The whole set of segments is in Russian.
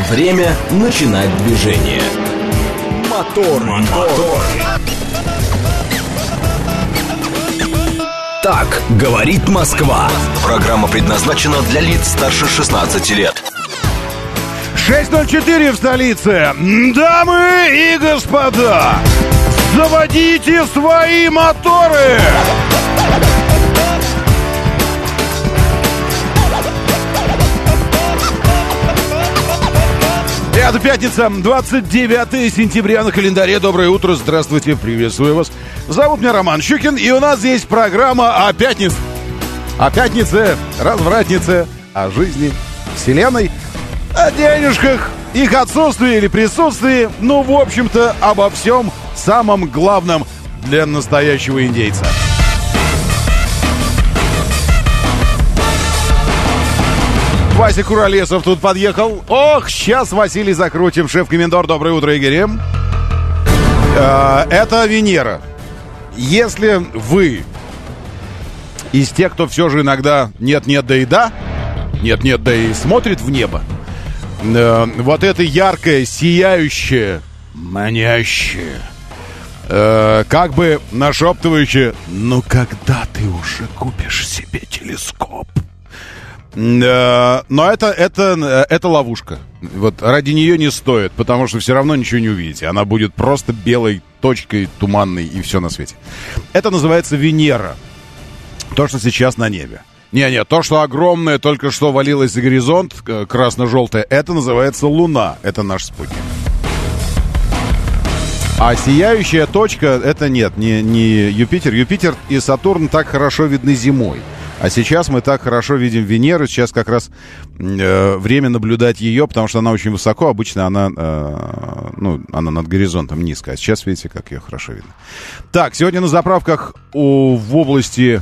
Время начинать движение. Мотор. Так говорит Москва. Программа предназначена для лиц старше 16 лет. 6:04 в столице. Дамы и господа, заводите свои моторы! Это пятница, 29 сентября на календаре. Доброе утро, здравствуйте, приветствую вас. Зовут меня Роман Щукин, и у нас здесь программа о пятнице. О пятнице, развратнице, о жизни, вселенной, о денежках, их отсутствии или присутствии. Ну, в общем-то, обо всем самом главном для настоящего индейца. Вася Куролесов тут подъехал. Ох, сейчас Василий закрутим. Шеф-комендор, доброе утро, Игорь. Это Венера. Если вы из тех, кто все же иногда нет-нет, да и да, нет-нет, да и смотрит в небо, вот это яркое, сияющее, манящее, как бы нашептывающее: ну когда ты уже купишь себе телескоп? Но это ловушка. Вот ради нее не стоит, потому что все равно ничего не увидите. Она будет просто белой точкой, туманной, и все на свете. Это называется Венера. То, что сейчас на небе. Не, то, что огромное, только что валилось за горизонт, красно-желтое, это называется Луна. Это наш спутник. А сияющая точка, это нет, не Юпитер. Юпитер и Сатурн так хорошо видны зимой. А сейчас мы так хорошо видим Венеру. Сейчас как раз время наблюдать ее, потому что она очень высоко. Обычно она над горизонтом низко. А сейчас, видите, как ее хорошо видно. Так, сегодня на заправках в области...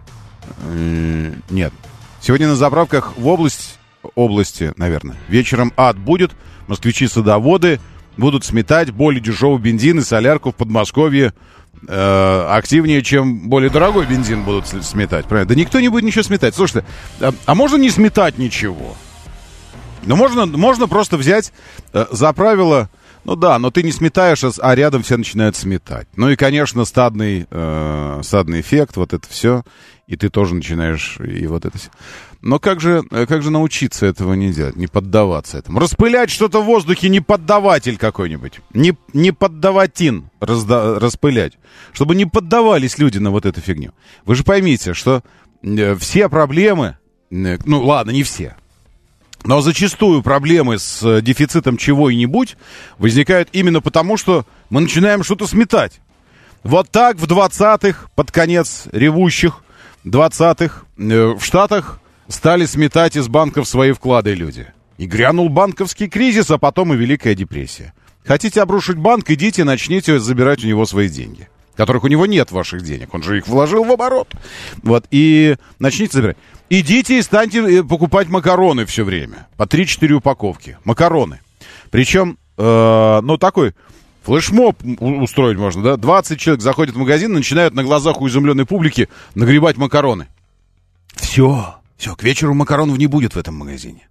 Нет. Сегодня на заправках в области, наверное. Вечером ад будет. Москвичи-садоводы будут сметать более дешевый бензин и солярку в Подмосковье. Активнее, чем более дорогой бензин будут сметать, правильно? Да никто не будет ничего сметать. Слушайте, а можно не сметать ничего? Ну, можно просто взять за правило, ну да, но ты не сметаешь, а рядом все начинают сметать. Ну и, конечно, стадный эффект, вот это все, и ты тоже начинаешь, и вот это все. Но как же научиться этого не делать, не поддаваться этому? Распылять что-то в воздухе, не поддаватель какой-нибудь. Не поддаватин распылять. Чтобы не поддавались люди на вот эту фигню. Вы же поймите, что все проблемы, ну ладно, не все, но зачастую проблемы с дефицитом чего-нибудь возникают именно потому, что мы начинаем что-то сметать. Вот так в 20-х, под конец ревущих 20-х, в Штатах стали сметать из банков свои вклады люди. И грянул банковский кризис, а потом и Великая депрессия. Хотите обрушить банк, идите, начните забирать у него свои деньги, которых у него нет, ваших денег. Он же их вложил в оборот. Вот, и начните забирать. Идите и станьте покупать макароны все время. По 3-4 упаковки. Макароны. Причем, такой флешмоб устроить можно, да? 20 человек заходят в магазин и начинают на глазах у изумленной публики нагребать макароны. Все, к вечеру макаронов не будет в этом магазине.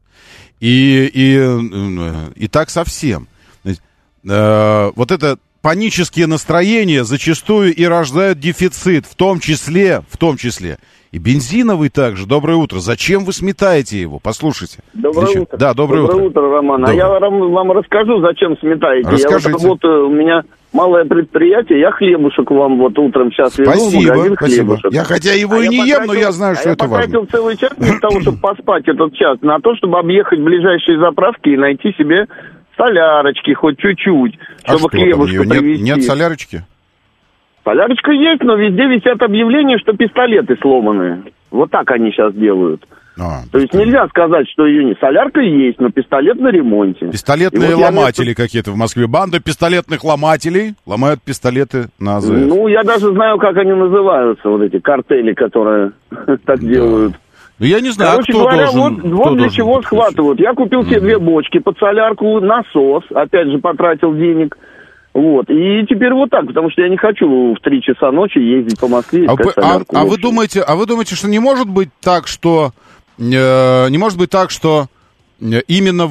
И так совсем. Вот это панические настроения зачастую и рождают дефицит, в том числе и бензиновый также. Доброе утро. Зачем вы сметаете его? Послушайте. Доброе утро. Да, доброе утро, Роман. Доброе. А я вам расскажу, зачем сметаете. Расскажите. У меня малое предприятие, я хлебушек вам вот утром сейчас везу в магазин хлебушек. Я хотя его и не ем, но я знаю, что это важно. Я потратил целый час вместо того, чтобы поспать этот час, на то, чтобы объехать ближайшие заправки и найти себе солярочки хоть чуть-чуть, чтобы хлебушка привезти. Нет солярочки? Солярочка есть, но везде висят объявления, что пистолеты сломаны. Вот так они сейчас делают. То есть нельзя сказать, что ее не. Солярка есть, но пистолет на ремонте. Пистолетные ломатели какие-то в Москве. Банда пистолетных ломателей ломают пистолеты на АЗС. Ну, я даже знаю, как они называются, вот эти картели, которые так делают. Ну, я не знаю, короче говоря, вот для чего схватывают. Я купил себе 2 бочки под солярку, насос, опять же, потратил денег. Вот, и теперь вот так, потому что я не хочу в 3 часа ночи ездить по Москве искать солярку. А вы думаете, что не может быть так, что именно вот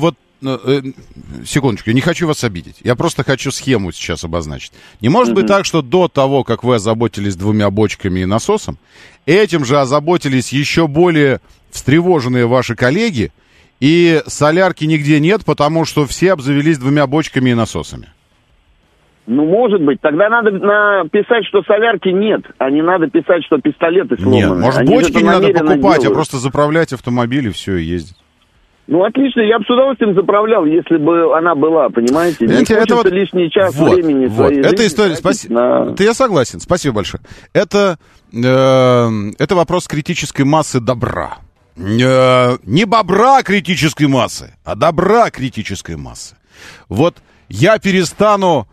секундочку, я не хочу вас обидеть. Я просто хочу схему сейчас обозначить. Не может быть так, что до того, как вы озаботились 2 бочками и насосом, этим же озаботились еще более встревоженные ваши коллеги, и солярки нигде нет, потому что все обзавелись 2 бочками и насосами. Ну, может быть. Тогда надо написать, что солярки нет, а не надо писать, что пистолеты сломаны. Нет, может, они бочки не надо покупать, делают. а просто заправлять автомобиль и все, и ездить. Ну, отлично, я бы с удовольствием заправлял, если бы она была, понимаете? Не хочется вот, лишний час времени своей жизни. Это история, спасибо. Я согласен, спасибо большое. Это вопрос критической массы добра. Не бобра критической массы, а добра критической массы. Вот я перестану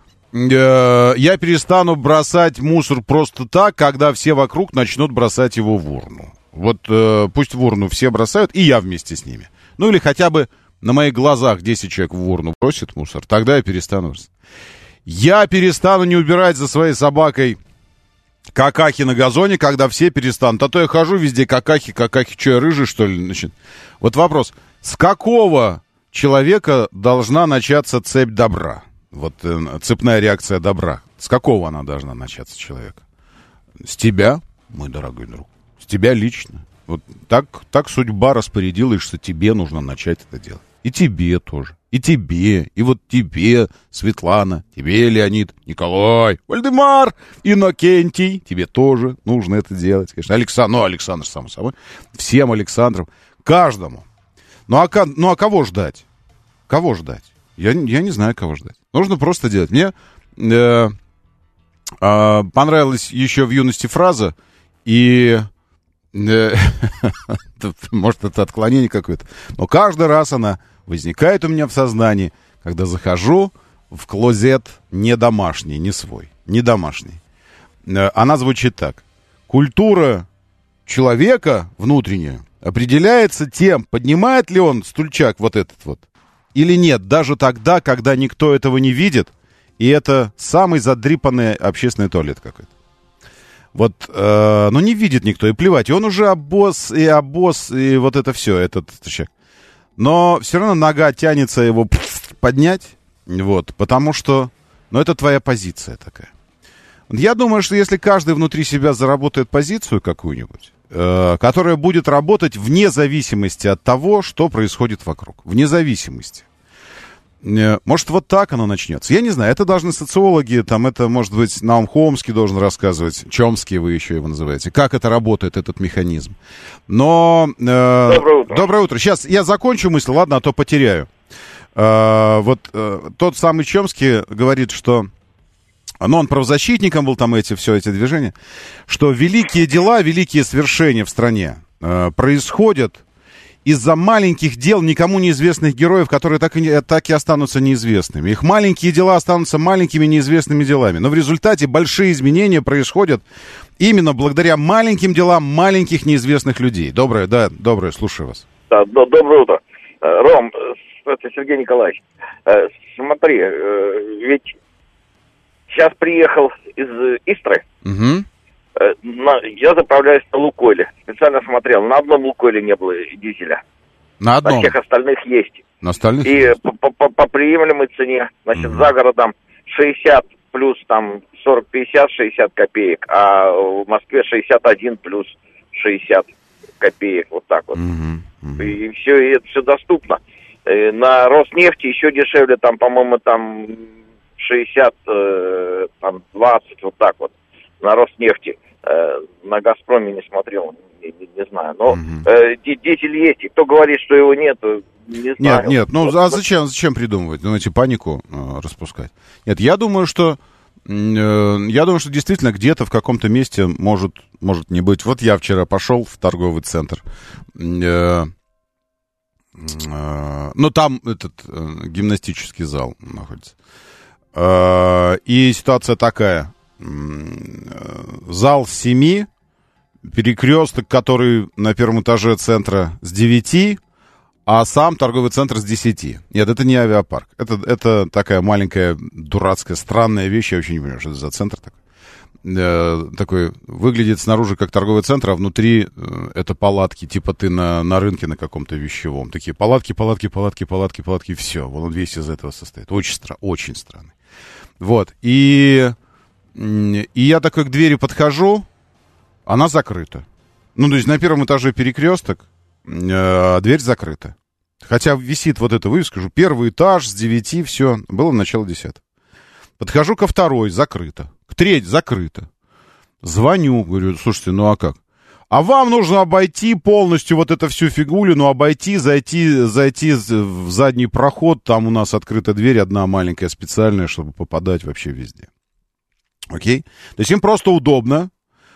бросать мусор просто так, когда все вокруг начнут бросать его в урну. Вот пусть в урну все бросают, и я вместе с ними. Ну или хотя бы на моих глазах 10 человек в урну бросит мусор, тогда я перестану. Я перестану не убирать за своей собакой какахи на газоне, когда все перестанут. А то я хожу везде какахи, что я рыжий, что ли? Значит, вот вопрос, с какого человека должна начаться цепь добра? Вот цепная реакция добра. С какого она должна начаться человека? С тебя, мой дорогой друг. С тебя лично. Вот так судьба распорядилась, что тебе нужно начать это делать. И тебе тоже. И тебе. И вот тебе, Светлана. Тебе, Леонид. Николай. Вальдемар. Иннокентий. Тебе тоже нужно это делать. Конечно, Александр, само собой. Всем Александрам. Каждому. Ну а кого ждать? Кого ждать? Я не знаю, кого ждать. Нужно просто делать. Мне понравилась еще в юности фраза, и может, это отклонение какое-то, но каждый раз она возникает у меня в сознании, когда захожу в клозет не домашний, не свой, не домашний. Она звучит так. Культура человека внутренняя определяется тем, поднимает ли он стульчак вот этот вот, или нет, даже тогда, когда никто этого не видит, и это самый задрипанный общественный туалет какой-то. Вот, ну не видит никто, и плевать, и он уже обоз, и вот это все, этот человек. Но все равно нога тянется его поднять, вот, потому что, ну это твоя позиция такая. Я думаю, что если каждый внутри себя заработает позицию какую-нибудь, которая будет работать вне зависимости от того, что происходит вокруг, вне зависимости. Может, вот так оно начнется. Я не знаю, это должны социологи, там это, может быть, Наум Хомский должен рассказывать, Чомский вы еще его называете, как это работает, этот механизм. Но... Доброе утро. Доброе утро. Сейчас я закончу мысль, ладно, а то потеряю. Тот самый Чомский говорит, что... Ну, он правозащитником был, там все эти движения, что великие дела, великие свершения в стране происходят из-за маленьких дел никому неизвестных героев, которые так и останутся неизвестными. Их маленькие дела останутся маленькими неизвестными делами. Но в результате большие изменения происходят именно благодаря маленьким делам маленьких неизвестных людей. Доброе, слушаю вас. Да, доброе утро. Ром, это Сергей Николаевич. Смотри, ведь сейчас приехал из Истры. Угу. Я заправляюсь на Лукойле. Специально смотрел. На одном Лукойле не было дизеля. На одном? На всех остальных есть. На остальных? И по приемлемой цене. Значит, за городом 60 плюс там 40-50, 60 копеек. А в Москве 61 плюс 60 копеек. Вот так вот. И все, это все доступно. На Роснефти еще дешевле. Там, по-моему, там 60, там 20, вот так вот. На Роснефти. На Газпроме не смотрел, не знаю. Но дизель есть, и кто говорит, что его нет, не знаю. Нет, ну а зачем придумывать? Думаете, панику распускать? Нет, я думаю, что действительно где-то в каком-то месте может не быть. Вот я вчера пошел в торговый центр. Ну, там этот гимнастический зал находится. И ситуация такая. Зал с 7, перекресток, который на первом этаже центра с 9, а сам торговый центр с 10. Нет, это не авиапарк. Это такая маленькая, дурацкая, странная вещь. Я вообще не понимаю, что это за центр такой. такой, выглядит снаружи как торговый центр, а внутри это палатки, типа ты на рынке на каком-то вещевом. Такие палатки, все. Вот он весь из этого состоит. Очень странный. Вот. И я такой к двери подхожу, она закрыта. Ну, то есть на первом этаже перекресток, а дверь закрыта. Хотя висит вот эта вывеска, скажу, первый этаж с 9, все, было начало 10. Подхожу ко второй, закрыто. К третьей, закрыто. Звоню, говорю, слушайте, ну а как? А вам нужно обойти полностью вот эту всю фигулину, обойти, зайти в задний проход, там у нас открыта дверь, одна маленькая специальная, чтобы попадать вообще везде. Окей? То есть им просто удобно,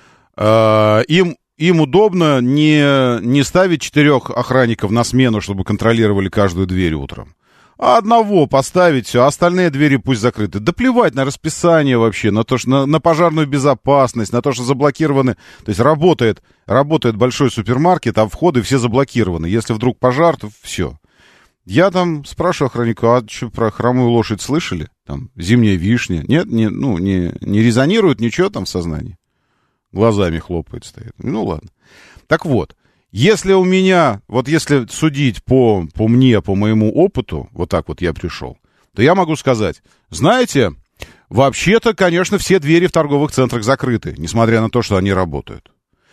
им удобно не ставить 4 охранников на смену, чтобы контролировали каждую дверь утром. А одного поставить, все, а остальные двери пусть закрыты. Да плевать на расписание вообще, на то, что на пожарную безопасность, на то, что заблокированы. То есть работает большой супермаркет, а входы все заблокированы. Если вдруг пожар, то все. Я там спрашиваю охранника, а что, про хромую лошадь слышали? Там зимняя вишня. Нет, не резонирует ничего там в сознании. Глазами хлопает, стоит. Ну ладно. Так вот. Если у меня, вот если судить по моему опыту, вот так вот я пришел, то я могу сказать, знаете, вообще-то, конечно, все двери в торговых центрах закрыты, несмотря на то, что они работают.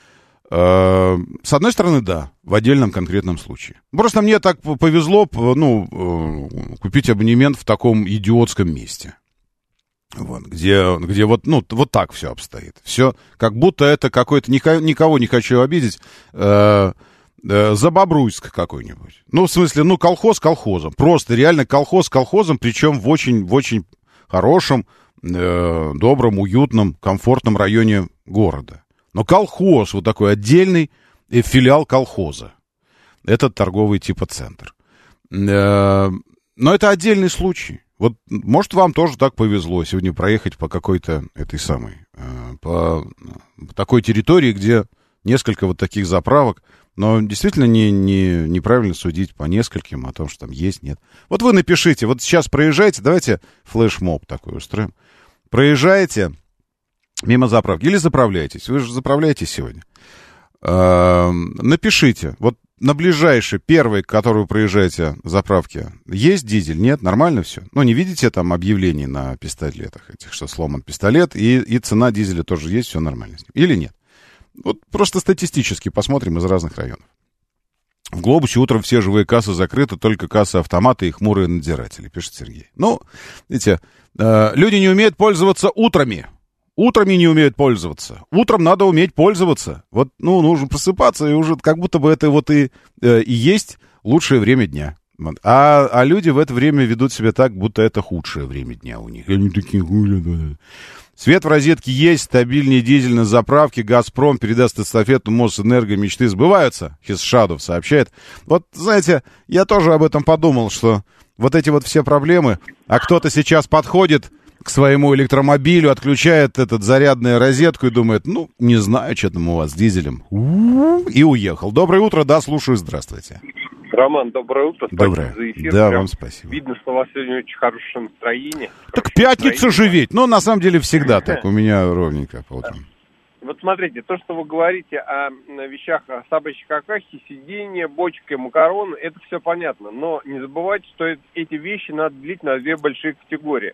С одной стороны, да, в отдельном конкретном случае. Просто мне так повезло, купить абонемент в таком идиотском месте. Вот, где вот так все обстоит. Все, как будто это какой-то, никого не хочу обидеть, Забобруйск какой-нибудь. Ну, в смысле, колхоз колхозом. Просто реально колхоз колхозом, причем в очень хорошем, добром, уютном, комфортном районе города. Но колхоз, вот такой отдельный филиал колхоза. Это торговый типа центр. Но это отдельный случай. Вот, может, вам тоже так повезло сегодня проехать по какой-то по такой территории, где несколько вот таких заправок, но действительно неправильно судить по нескольким о том, что там есть, нет. Вот вы напишите, вот сейчас проезжаете, давайте флешмоб такой устроим. Проезжаете мимо заправки или заправляетесь, вы же заправляетесь сегодня. Напишите, вот на ближайшей, первой, к которой вы проезжаете заправке, есть дизель? Нет? Нормально все? Ну, не видите там объявлений на пистолетах этих, что сломан пистолет, и цена дизеля тоже есть, все нормально с ним? Или нет? Вот просто статистически посмотрим из разных районов. В «Глобусе» утром все живые кассы закрыты, только кассы-автоматы и хмурые надзиратели, пишет Сергей. Ну, видите, люди не умеют пользоваться утрами. Утрами не умеют пользоваться. Утром надо уметь пользоваться. Вот, нужно просыпаться, и уже как будто бы это вот и есть лучшее время дня. Вот. А люди в это время ведут себя так, будто это худшее время дня у них. Они такие гуляют. Свет в розетке есть, стабильный дизель на заправке, «Газпром» передаст эстафету «Мосэнерго», мечты сбываются, Хисшадов сообщает. Вот, знаете, я тоже об этом подумал, что вот эти вот все проблемы, а кто-то сейчас подходит к своему электромобилю, отключает зарядную розетку и думает, не знаю, что там у вас с дизелем. И уехал. Доброе утро, да, слушаю, здравствуйте. Роман, доброе утро. Доброе. За эфир. Да, вам спасибо. Видно, что у вас сегодня очень хорошее настроение. Так пятница же ведь. На самом деле всегда так. У меня ровненько по утрам. Вот смотрите, то, что вы говорите о вещах, о собачьей какахе, сиденье, бочке, макароны, это все понятно. Но не забывайте, что эти вещи надо делить на две большие категории.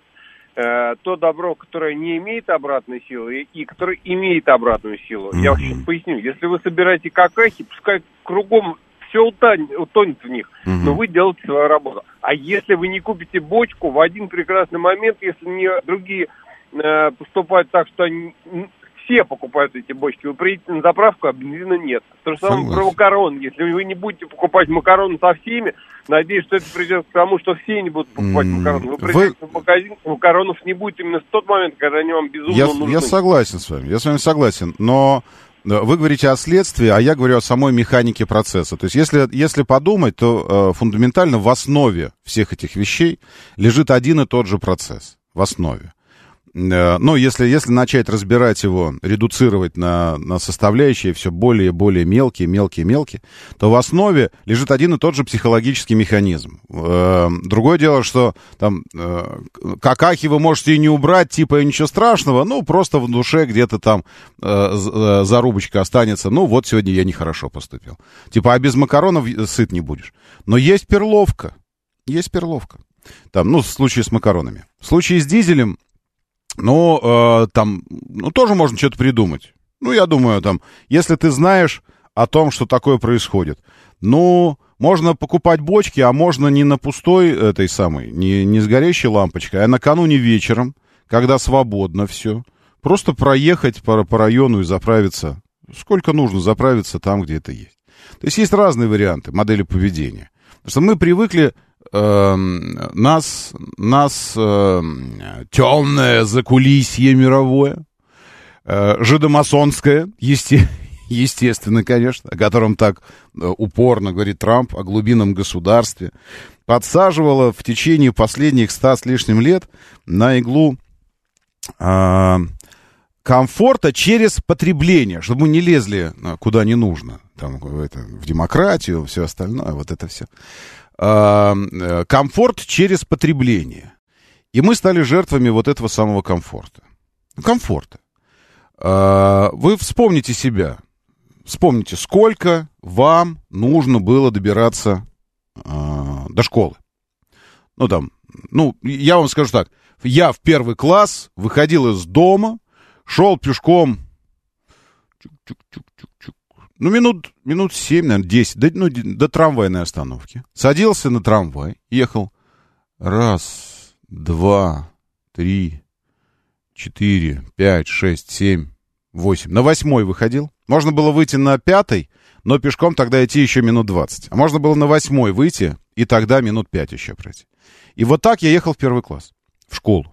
То добро, которое не имеет обратной силы, и которое имеет обратную силу. Я вам сейчас поясню. Если вы собираете какахи, пускай кругом все утонет в них, но вы делаете свою работу. А если вы не купите бочку, в один прекрасный момент, если не другие поступают так, что они все покупают эти бочки, вы приедете на заправку, а бензина нет. То же самое про макароны. Если вы не будете покупать макароны со всеми, надеюсь, что это придет к тому, что все не будут покупать макароны. Вы придете в магазин, макаронов не будет именно в тот момент, когда они вам безумно нужны. Я согласен с вами, согласен, но вы говорите о следствии, а я говорю о самой механике процесса. То есть если подумать, то фундаментально в основе всех этих вещей лежит один и тот же процесс. В основе. ну, если начать разбирать его, редуцировать на составляющие все более и более мелкие, то в основе лежит один и тот же психологический механизм. Другое дело, что там какахи вы можете и не убрать, типа ничего страшного, ну, просто в душе где-то там зарубочка останется. Ну, вот сегодня я нехорошо поступил. Типа, а без макаронов сыт не будешь. Но есть перловка. Там, ну, в случае с макаронами. В случае с дизелем, ну, там, ну, тоже можно что-то придумать. Ну, я думаю, там, если ты знаешь о том, что такое происходит, ну, можно покупать бочки, а можно не на пустой этой самой, не с горящей лампочкой, а накануне вечером, когда свободно все, просто проехать по району и заправиться. Сколько нужно заправиться там, где это есть. То есть разные варианты, модели поведения. Потому что мы привыкли... Нас темное закулисье мировое, жидомасонское, естественно, конечно, о котором так упорно говорит Трамп, о глубинном государстве, подсаживало в течение последних 100 с лишним лет на иглу комфорта через потребление, чтобы мы не лезли куда не нужно, там, в демократию, все остальное, вот это все. Комфорт через потребление. И мы стали жертвами вот этого самого комфорта. Вы вспомните себя. Вспомните, сколько вам нужно было добираться до школы. Ну, там, ну, я вам скажу так. Я в 1 класс выходил из дома, шел пешком... Ну, минут 7, наверное, 10, до трамвайной остановки. Садился на трамвай, ехал. 1, 2, 3, 4, 5, 6, 7, 8. На 8 выходил. Можно было выйти на 5, но пешком тогда идти еще минут 20. А можно было на 8 выйти, и тогда минут 5 еще пройти. И вот так я ехал в 1 класс, в школу.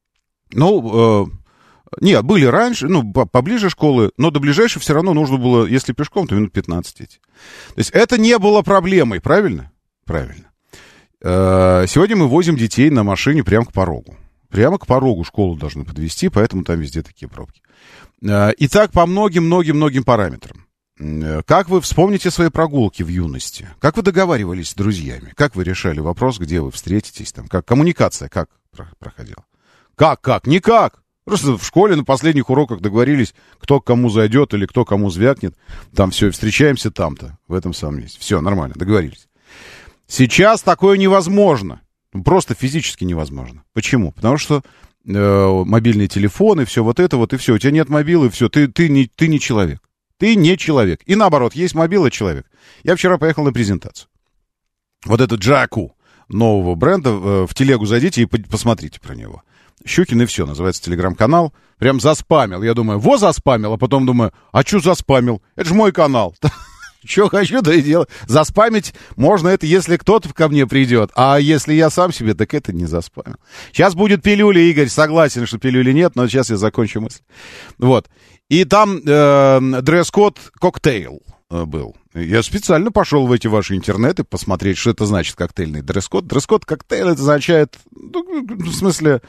Ну, нет, были раньше, ну, поближе школы, но до ближайшей все равно нужно было, если пешком, то минут 15 идти. То есть это не было проблемой, правильно? Правильно. Сегодня мы возим детей на машине прямо к порогу. Прямо к порогу школу должны подвезти, поэтому там везде такие пробки. И так по многим параметрам. Как вы вспомните свои прогулки в юности? Как вы договаривались с друзьями? Как вы решали вопрос, где вы встретитесь? Там, как коммуникация как проходила? Как? Никак. Просто в школе на последних уроках договорились, кто к кому зайдет или кто кому звякнет. Там все, встречаемся там-то, в этом самом месте. Все, нормально, договорились. Сейчас такое невозможно. Просто физически невозможно. Почему? Потому что мобильные телефоны, все вот это вот, и все. У тебя нет мобила, и все. Ты не человек. Ты не человек. И наоборот, есть мобила, и человек. Я вчера поехал на презентацию. Вот этот Джаку нового бренда, в телегу зайдите и посмотрите про него. Щукин и все, называется телеграм-канал. Прям заспамил. Я думаю, заспамил, а потом думаю, а что заспамил? Это же мой канал. Что хочу, да и делаю. Заспамить можно это, если кто-то ко мне придет. А если я сам себе, так это не заспамил. Сейчас будет пилюля, Игорь. Согласен, что пилюли нет, но сейчас я закончу мысль. Вот. И там дресс-код коктейл был. Я специально пошел в эти ваши интернеты посмотреть, что это значит коктейльный дресс-код. Дресс-код коктейль, это означает, ну, в смысле,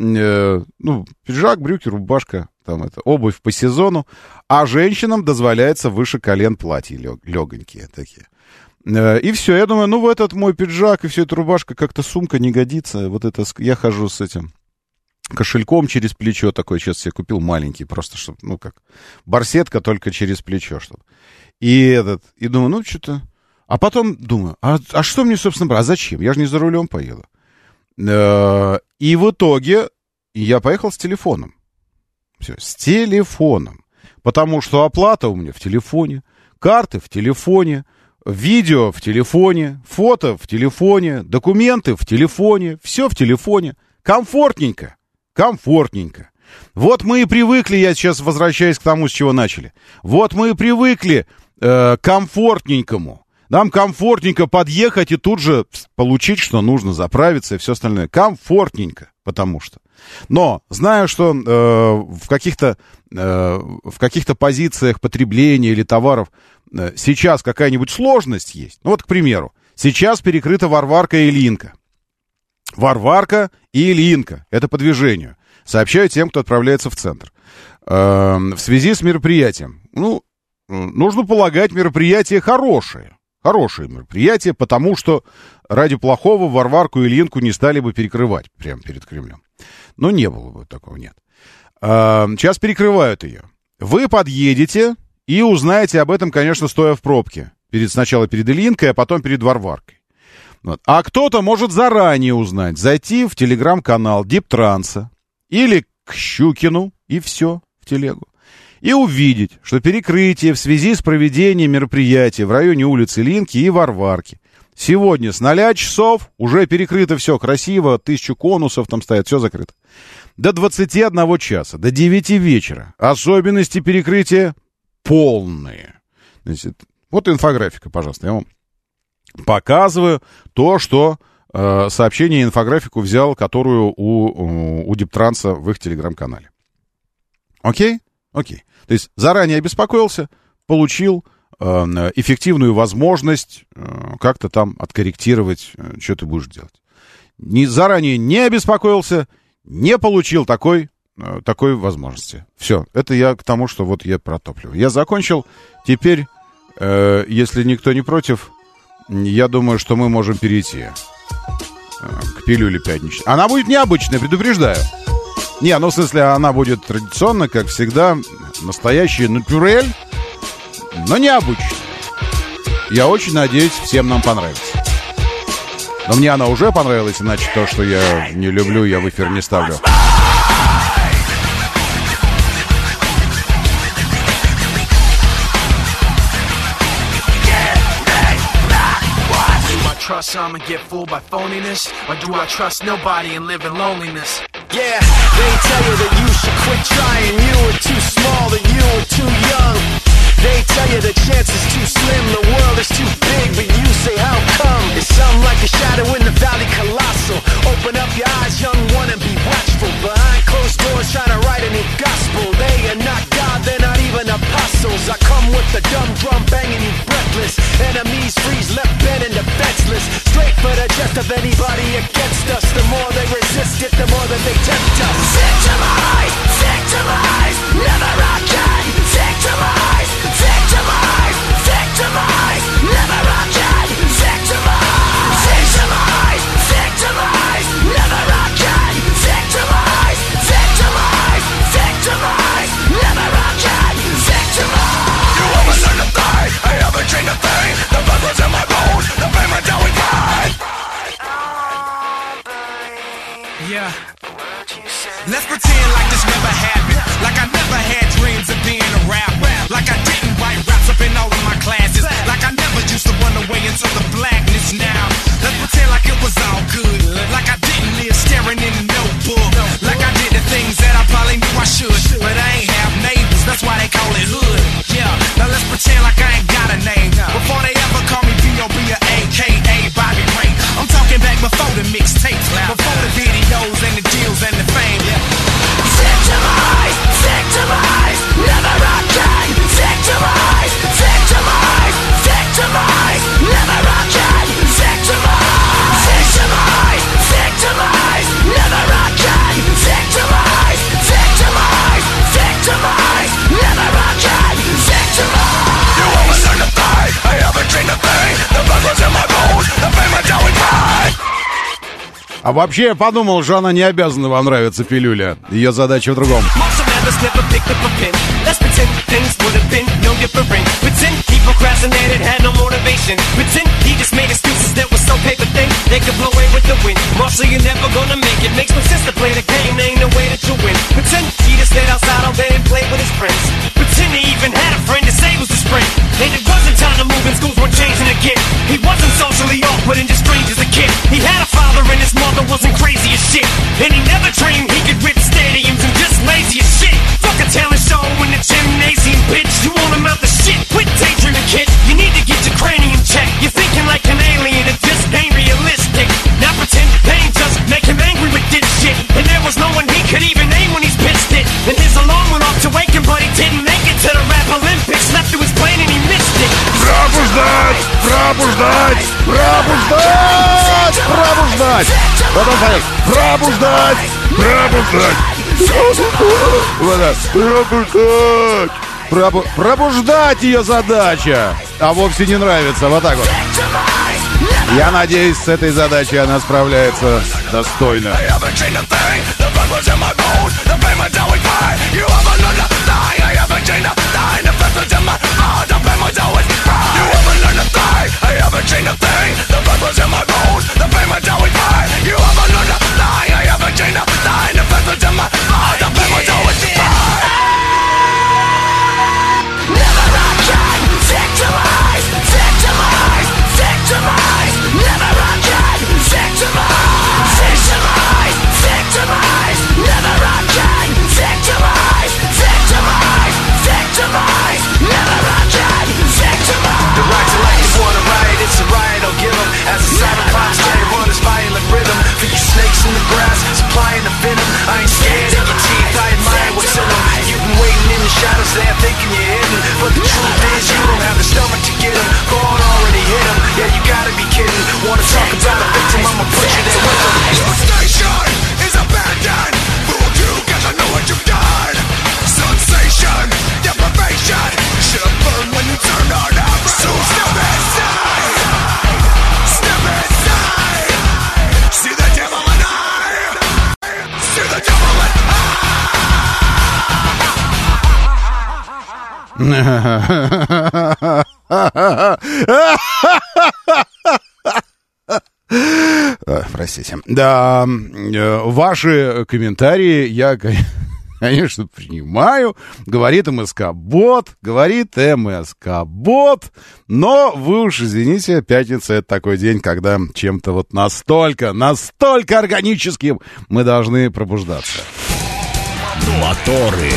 пиджак, брюки, рубашка, там это, обувь по сезону, а женщинам дозволяется выше колен платья легонькие такие. И все, я думаю, вот этот мой пиджак и все эта рубашка, как-то сумка не годится. Вот это я хожу с этим кошельком через плечо такой, сейчас себе купил маленький, просто чтобы, как барсетка, только через плечо, чтобы. И думаю, что-то... А потом думаю, а что мне, собственно, брать? А зачем? Я же не за рулем поеду. И в итоге я поехал с телефоном. Все, с телефоном. Потому что оплата у меня в телефоне, карты в телефоне, видео в телефоне, фото в телефоне, документы в телефоне, все в телефоне. Комфортненько. Вот мы и привыкли, я сейчас возвращаюсь к тому, с чего начали. Вот мы и привыкли к комфортненькому. Нам комфортненько подъехать и тут же получить, что нужно, заправиться и все остальное. Комфортненько, потому что. Но знаю, что в каких-то позициях потребления или товаров сейчас какая-нибудь сложность есть. Ну вот, к примеру, сейчас перекрыта Варварка и Ильинка. Варварка и Ильинка. Это по движению. Сообщаю тем, кто отправляется в центр. В связи с мероприятием. Нужно полагать, мероприятие хорошее. Хорошее мероприятие, потому что ради плохого Варварку и Ильинку не стали бы перекрывать прямо перед Кремлем. Но не было бы такого, нет. Сейчас перекрывают ее. Вы подъедете и узнаете об этом, конечно, стоя в пробке. Сначала перед Ильинкой, а потом перед Варваркой. Вот. А кто-то может заранее узнать, зайти в телеграм-канал Диптранса или к Щукину, и все, в телегу. И увидеть, что перекрытие в связи с проведением мероприятия в районе улицы Ильинки и Варварки сегодня с 0 часов уже перекрыто все красиво, 1000 конусов там стоят, все закрыто. До 21 часа, до 9 вечера. Особенности перекрытия полные. Значит, вот инфографика, пожалуйста, я вам показываю то, что сообщение, инфографику взял, которую у Диптранса в их телеграм-канале. Окей? Окей. То есть заранее обеспокоился, получил эффективную возможность как-то там откорректировать, что ты будешь делать. Заранее не обеспокоился, не получил такой возможности. Все, это я к тому, что вот я про топливо. Я закончил. Теперь, если никто не против, я думаю, что мы можем перейти к пилюле пятничной. Она будет необычная, предупреждаю. Не, в смысле, она будет традиционно, как всегда, настоящая натюрель, но необычная. Я очень надеюсь, всем нам понравится. Но мне она уже понравилась, иначе то, что я не люблю, я в эфир не ставлю. Trust I'ma get fooled by phoniness, or do I trust nobody and live in loneliness? Yeah, they tell you that you should quit trying. You were too small, that you were too young. They tell you the chance is too slim, the world is too big, but you say how come? It's something like a shadow in the valley, colossal. Open up your eyes, young one, and be watchful. Behind closed doors trying to write a new gospel. They are not God, they're not even apostles. I come with the dumb drum banging you breathless. Enemies freeze, left bent and defenseless. Straight for the chest of anybody against us. The more they resist it, the more that they tempt us. Victimize, victimize, never again. Victimize, victimize, victimize, never again. Victimize, victimize, victimize, never again. Victimize, victimize, victimize, never again. Victimize. You haven't learned a thing, I haven't changed a thing. The blood was in my bones, the payment that we paid. Yeah. Let's pretend like this never happened. Like I never had dreams of being a rapper. Like I didn't write raps up in all of my classes. Like I never used to run away into the blackness now. Let's pretend like it was all good. Like I didn't live staring in a notebook. Like I did the things that I probably knew I should. But I ain't have neighbors, that's why they call it hood. Yeah, now let's pretend like I ain't got a name. Before they ever call me B.O.B. or A.K.A. Bobby Ray. I'm talking back before the mixtapes, before the videos and the deals and the fame. Victimize, victimize, never again. Victimize, victimize, victimize, never again. Victimize, victimize, victimize, never again. Victimize, victimize, victimize, never again. Victimize. You haven't learned a thing, I haven't changed a thing. The blood was in my bones, the payment that we paid. А вообще я подумал, что она не обязана вам нравиться, пилюля. Ее задача в другом. Wasn't crazy as shit, and he never dreamed he could rip stadiums and just lazy as shit. Fuck a talent show in the gymnasium, bitch. You want him out the shit? Quit daydreaming, kid. You need to get your cranium checked. You're thinking like an alien, it just ain't realistic. Now pretend pain just make him angry with this shit. And there was no one he could even name when he's pitched it. And his alarm went off to wake him, but he didn't make it to the rap Olympics. Left to his plane and he missed it. Пробуждать! Пробуждать! Пробуждать! Пробуждать! Вот он стоит. Пробуждать! Пробуждать! Пробуждать ее задача, а вовсе не нравится. Вот так вот. Я надеюсь, с этой задачей она справляется достойно. It's a riot, I'll give them as the cyberpunks carry runners violent rhythm. For you snakes in the grass, supplying the venom. I ain't scared of your teeth, I admire what's in them. You've been waiting in the shadows there thinking you're hidden, but the truth is you don't have the stomach to get them. God already hit them, yeah you gotta be kidding. Wanna talk about a victim, I'ma put you there with them. Your station is abandoned, fooled you cause I know what you've done. Sensation, deprivation, should've burned when you turned on up. So step inside. Простите. Да, ваши комментарии я, конечно, принимаю. Говорит МСК-бот, но вы уж извините, пятница — это такой день, когда чем-то вот настолько органическим мы должны пробуждаться. Моторы.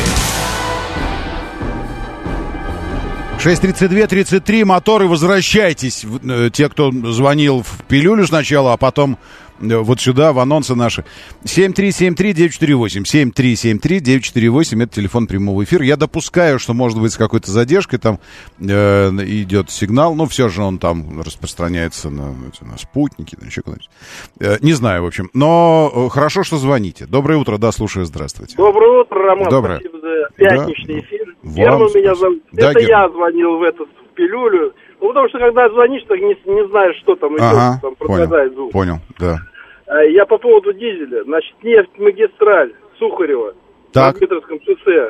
6:32-33, моторы, возвращайтесь. Те, кто звонил в пилюлю сначала, а потом вот сюда, в анонсы наши. 7373948. 7373948, это телефон прямого эфира. Я допускаю, что, может быть, с какой-то задержкой там идет сигнал, но все же он там распространяется на спутники, на еще куда-нибудь. Не знаю, в общем. Но хорошо, что звоните. Доброе утро, да, слушаю, здравствуйте. Доброе утро, Роман. Доброе. Спасибо за пятничный эфир. Герман меня зовут. Да, это Герман. я звонил в эту пилюлю. Ну, потому что, когда звонишь, так не знаешь, что там идет, там пропадает звук. Понял, да. Я по поводу дизеля. Значит, нефть-магистраль Сухарева на Дмитровском шоссе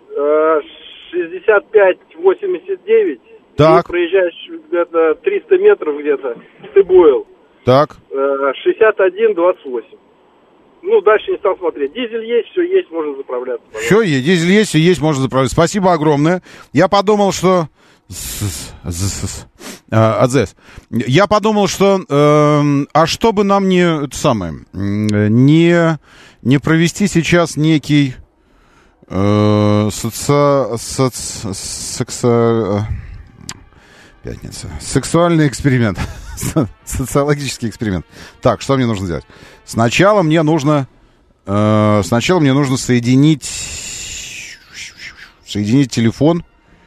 65-89. Так. И проезжаешь где-то 300 метров где-то, ты бойл. Так. 61-28. Ну, дальше не стал смотреть. Дизель есть, все есть, можно заправляться. Все есть, дизель есть, все есть, можно заправляться. Спасибо огромное. Я подумал, что... Я подумал, что... а что бы нам не провести сейчас некий... Пятница. Сексуальный эксперимент. Социологический эксперимент. Так, что мне нужно сделать? Сначала мне нужно соединить телефон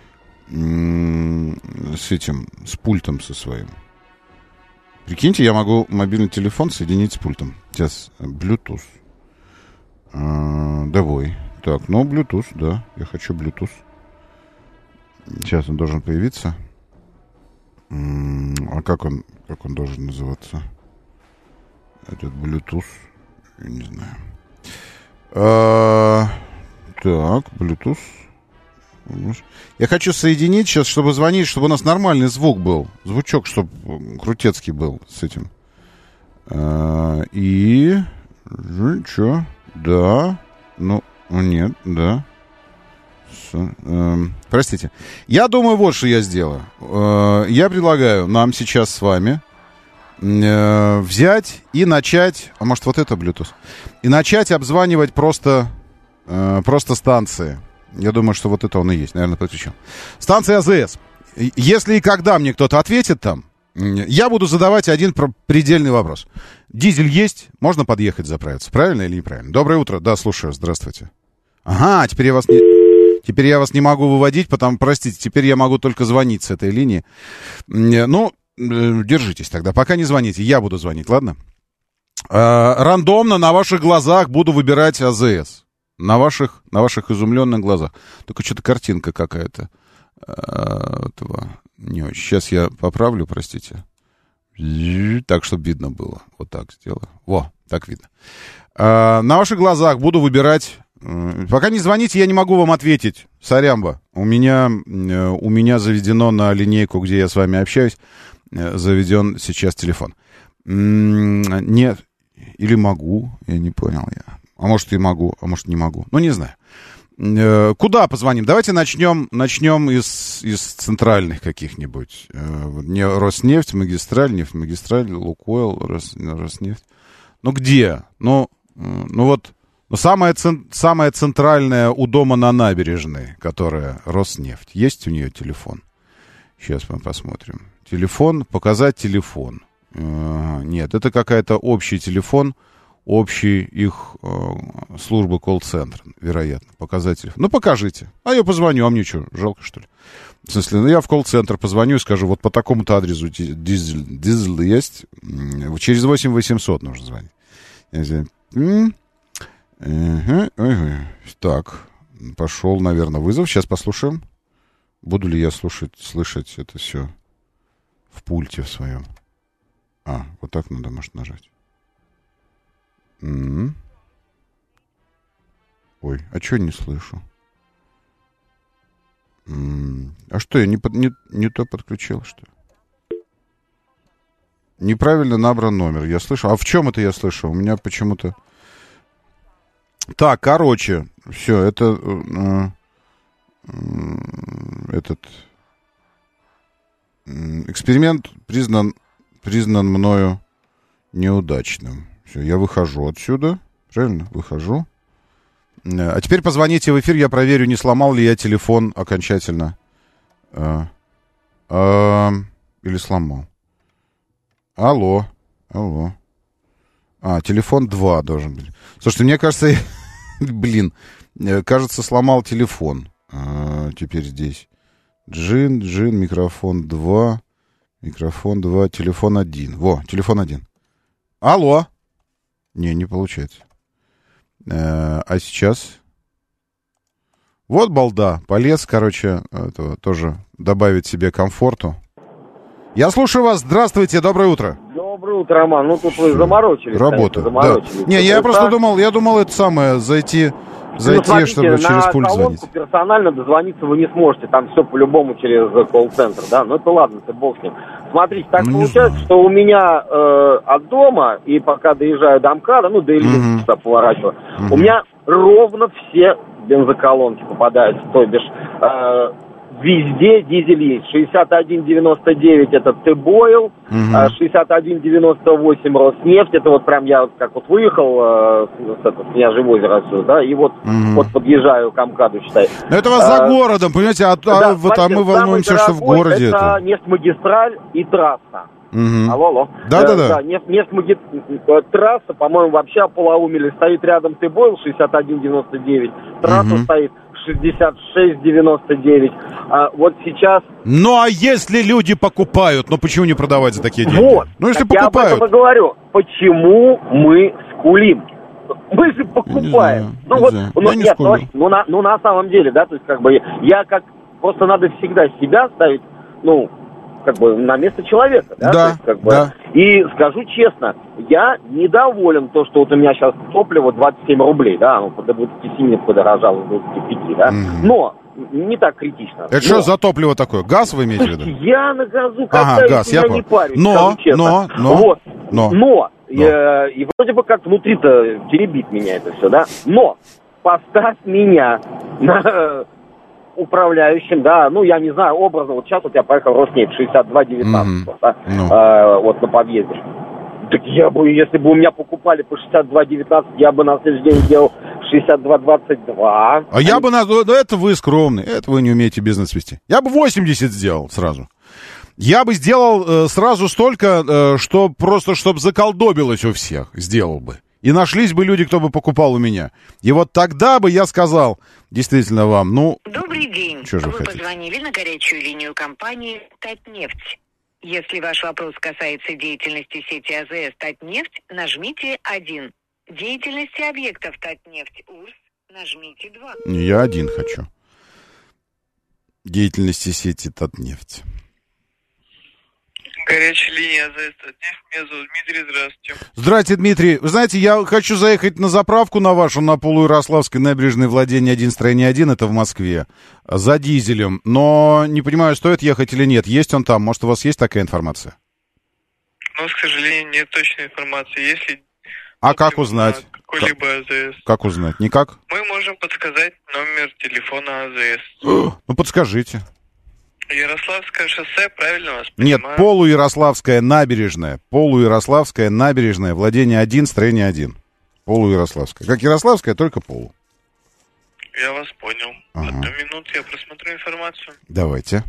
с пультом со своим. Прикиньте, я могу мобильный телефон соединить с пультом. Сейчас, Bluetooth. Давай. Так, Bluetooth, да, я хочу Bluetooth. Сейчас он должен появиться. А как он должен называться? Этот Bluetooth, я не знаю. Так, Bluetooth. Я хочу соединить сейчас, чтобы звонить, чтобы у нас нормальный звук был. Звучок, чтобы крутецкий был с этим. И... Что? Да. Ну, нет, да. Простите. Я думаю, вот что я сделаю. Я предлагаю нам сейчас с вами взять и начать... А может, вот это Bluetooth? И начать обзванивать просто станции. Я думаю, что вот это он и есть. Наверное, подключил. Станция АЗС. Если и когда мне кто-то ответит там, я буду задавать один предельный вопрос. Дизель есть? Можно подъехать заправиться? Правильно или неправильно? Доброе утро. Да, слушаю. Здравствуйте. Ага, теперь я вас не могу выводить, простите, теперь я могу только звонить с этой линии. Ну, держитесь тогда. Пока не звоните, я буду звонить, ладно? Рандомно на ваших глазах буду выбирать АЗС. На ваших изумленных глазах. Только что-то картинка какая-то. Этого не очень. Сейчас я поправлю, простите. Так, чтобы видно было. Вот так сделаю. Во, так видно. На ваших глазах буду выбирать. Пока не звоните, я не могу вам ответить. Сорямба. У меня заведено на линейку, где я с вами общаюсь, заведен сейчас телефон. Нет. Или могу. Я не понял я. А может и могу, а может не могу. Ну, не знаю. Куда позвоним? Давайте начнем из центральных каких-нибудь. Не Роснефть, магистраль, нефтьмагистраль, Лукойл, Роснефть. Ну, где? Ну вот, самая центральная у дома на набережной, которая Роснефть. Есть у нее телефон? Сейчас мы посмотрим. Телефон, показать телефон. Нет, это какая-то общий телефон, общий их службы колл-центра, вероятно, показатель. Ну, покажите. А я позвоню, а мне что, жалко, что ли? В смысле, ну, я в колл-центр позвоню и скажу, вот по такому-то адресу дизель есть. Через 8800 нужно звонить. Так, пошел, наверное, вызов. Сейчас послушаем. Буду ли я слышать это все в пульте в своем. Вот так надо, может, нажать. Ой, а что не слышу? А что, я не то подключил, что ли? Неправильно набран номер, я слышу. А в чем это я слышу? У меня почему-то... Так, короче, все, это... этот... эксперимент признан мною неудачным. Все, я выхожу отсюда. Правильно? Выхожу. А теперь позвоните в эфир, я проверю, не сломал ли я телефон окончательно. Или сломал. Алло. Телефон 2 должен быть. Слушайте, мне кажется, кажется, сломал телефон. Теперь здесь. Джин, микрофон 2. Микрофон 2, телефон 1. Во, телефон 1. Алло. Не получается. А сейчас? Вот балда. Полез, короче, этого, тоже добавить себе комфорту. Я слушаю вас. Здравствуйте, доброе утро. Доброе утро, Роман. Ну, тут вы заморочились. Работа, да. Не, я просто думал, это самое, зайти, смотрите, чтобы через пульт звонить. На колонку персонально дозвониться вы не сможете. Там все по-любому через колл-центр, да? Ну, это ладно, это бог с ним. Смотрите, так получается, что у меня от дома, и пока доезжаю до МКАДа, до Ильича поворачиваю, у меня ровно все бензоколонки попадаются. То бишь, везде дизель есть. 61,99 это Т-Бойл, 61,98 Роснефть. Это вот прям я как вот выехал с княжьего озера отсюда, да, и вот подъезжаю к МКАДу, считай. Но это у вас за городом, понимаете, мы волнуемся, что в городе это нефтьмагистраль и трасса. Алло. Да. Трасса, по-моему, вообще ополоумели. Стоит рядом Т-Бойл 61,99. Трасса стоит 66,99. Вот сейчас... Ну, а если люди покупают, почему не продавать за такие деньги? Вот. Если покупают... Я об этом и говорю. Почему мы скулим? Мы же покупаем. На самом деле, да, то есть, просто надо всегда себя ставить, на место человека, да? Да, то есть, да. И скажу честно, я недоволен то, что вот у меня сейчас топливо 27 рублей, да, до 27 подорожало, до 25, да, но не так критично. Это что за топливо такое? Газ вы имеете в виду? Я на газу катаюсь, я не парюсь, скажу честно. И вроде бы как внутри-то теребит меня это все, да, но поставь меня на... управляющим, да, я не знаю, образно, вот сейчас вот я поехал в Роснефть 62,19, вот на подъезде. Так я бы, если бы у меня покупали по 62,19, я бы на следующий день сделал 62,22. А я бы, это вы скромный, это вы не умеете бизнес вести. Я бы 80 сделал сразу. Я бы сделал сразу столько, что просто, чтобы заколдобилось у всех, сделал бы. И нашлись бы люди, кто бы покупал у меня. И вот тогда бы я сказал, действительно вам, Добрый день. Что же вы позвонили на горячую линию компании «Татнефть». Если ваш вопрос касается деятельности сети АЗС «Татнефть», нажмите 1. Деятельности объектов «Татнефть УРС» Нажмите 2. Я один хочу. Деятельности сети Татнефть. Горячая линия АЗС Татнефть. Меня зовут Дмитрий. Здравствуйте. Здравствуйте, Дмитрий. Вы знаете, я хочу заехать на заправку на вашу, на Полуярославской набережной, владение 1, строение 1, это в Москве, за дизелем. Но не понимаю, стоит ехать или нет. Есть он там? Может, у вас есть такая информация? Ну, к сожалению, нет точной информации. Если... А как узнать? Какой-либо АЗС. Как узнать? Никак? Мы можем подсказать номер телефона АЗС. Ну, подскажите. Ярославское шоссе, правильно вас понимаю? Нет, Полуярославская набережная. Полуярославская набережная, владение 1, строение 1. Полуярославская. Как Ярославская, только полу. Я вас понял. Ага. Одну минуту, я просмотрю информацию. Давайте.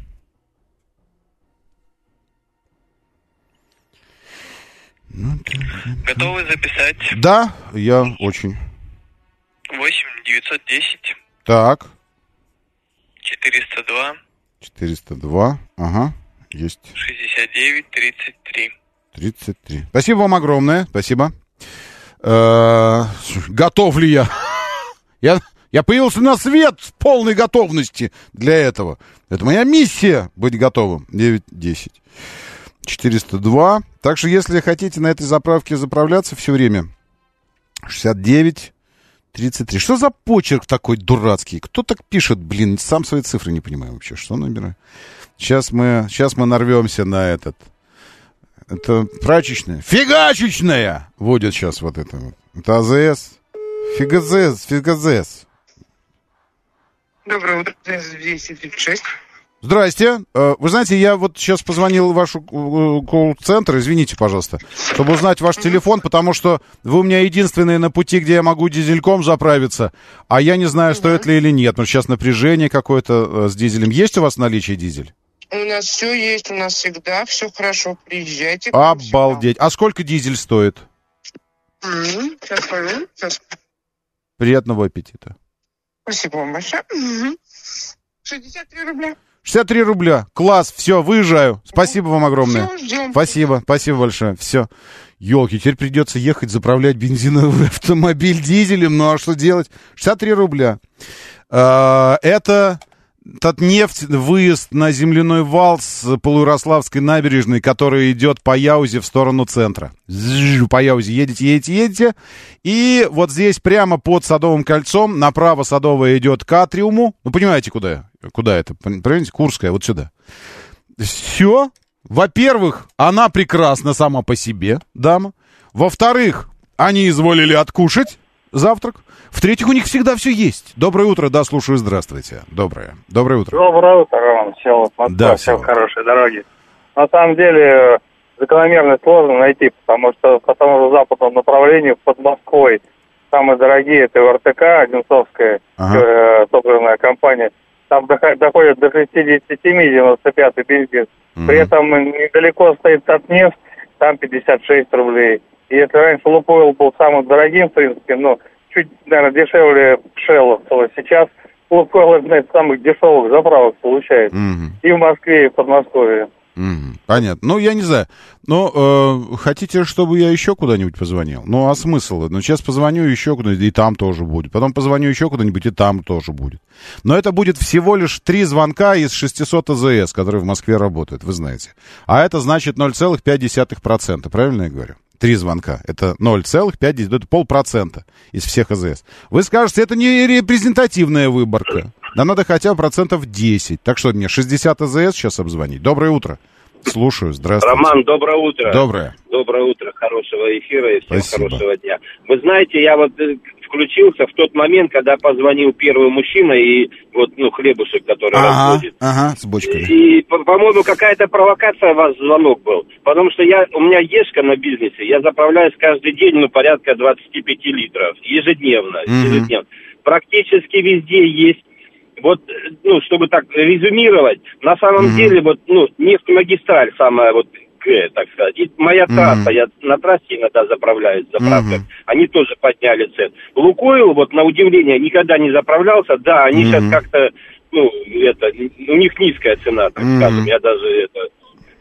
Готовы записать? Да, я очень. 8-910. Так. 402. 402, ага, есть. 69-33. 33. Спасибо вам огромное, спасибо. Готов ли я? Я появился на свет в полной готовности для этого. Это моя миссия быть готовым. 9-10. 402. Так что, если хотите на этой заправке заправляться все время, 69 33. Что за почерк такой дурацкий? Кто так пишет, блин, сам свои цифры не понимаю вообще. Что набираю? Сейчас мы нарвемся на этот. Это прачечная. Фигачечная! Вводят сейчас вот это вот. Это АЗС. Фигазес. Доброе утро, 236. Здрасте. Вы знаете, я вот сейчас позвонил в ваш колл-центр, извините, пожалуйста, чтобы узнать ваш телефон, потому что вы у меня единственные на пути, где я могу дизельком заправиться, а я не знаю, стоит ли или нет. Но сейчас напряжение какое-то с дизелем. Есть у вас в наличии дизель? У нас все есть, у нас всегда все хорошо. Приезжайте. Обалдеть. А сколько дизель стоит? Сейчас скажу. Приятного аппетита. Спасибо вам большое. 63 рубля. 63 рубля. Класс, все, выезжаю. Спасибо вам огромное. Все, ждем. Спасибо большое. Все. Елки, теперь придется ехать заправлять бензиновый автомобиль дизелем. Ну а что делать? 63 рубля. Это Татнефть, выезд на земляной вал с Полуярославской набережной, который идет по Яузе в сторону центра. По Яузе едете. И вот здесь прямо под Садовым кольцом, направо Садовая идет к Атриуму. Ну, понимаете, куда это? Понимаете? Курская, вот сюда. Все. Во-первых, она прекрасна сама по себе, дама. Во-вторых, они изволили откушать завтрак. В-третьих, у них всегда все есть. Доброе утро, да, слушаю, здравствуйте. Доброе утро. Доброе утро, Роман. Всего, Москва, да, все хорошие дороги. На самом деле, закономерность сложно найти, потому что по тому же западному направлению под Москвой самые дорогие это РТК, Одинцовская топливная компания. Там доходит до 67,95 бензин. При этом недалеко стоит Татнефть, там 56 рублей. И если раньше Лукойл был самым дорогим, в принципе, чуть, наверное, дешевле Шелла, то сейчас Лукойл одна из самых дешевых заправок получает. И в Москве, и в Подмосковье. Понятно. Ну, я не знаю. Но хотите, чтобы я еще куда-нибудь позвонил? Ну, а смысл? Ну, сейчас позвоню еще куда-нибудь, и там тоже будет. Потом позвоню еще куда-нибудь, и там тоже будет. Но это будет всего лишь 3 звонка из 600 АЗС, которые в Москве работают, вы знаете. А это значит 0,5%. Правильно я говорю? 3 звонка. Это 0,5%, это 0,5% из всех АЗС. Вы скажете, это не репрезентативная выборка. Да надо хотя бы 10%. Так что мне 60 АЗС сейчас обзвонить. Доброе утро. Слушаю, здравствуйте. Роман, доброе утро. Доброе. Доброе утро, хорошего эфира и всем Спасибо. Хорошего дня. Вы знаете, я вот включился в тот момент, когда позвонил первый мужчина и хлебушек, который разводит. С бочками. И, по-моему, какая-то провокация у вас звонок был. Потому что у меня ешка на бизнесе, я заправляюсь каждый день, порядка 25 литров. Ежедневно. Практически везде есть. Вот, чтобы так резюмировать, на самом деле, нефтемагистраль самая так сказать. И моя трасса, я на трассе иногда заправляюсь, заправках, они тоже подняли цену. Лукойл, на удивление, никогда не заправлялся, да, они сейчас как-то, у них низкая цена, так скажем, я даже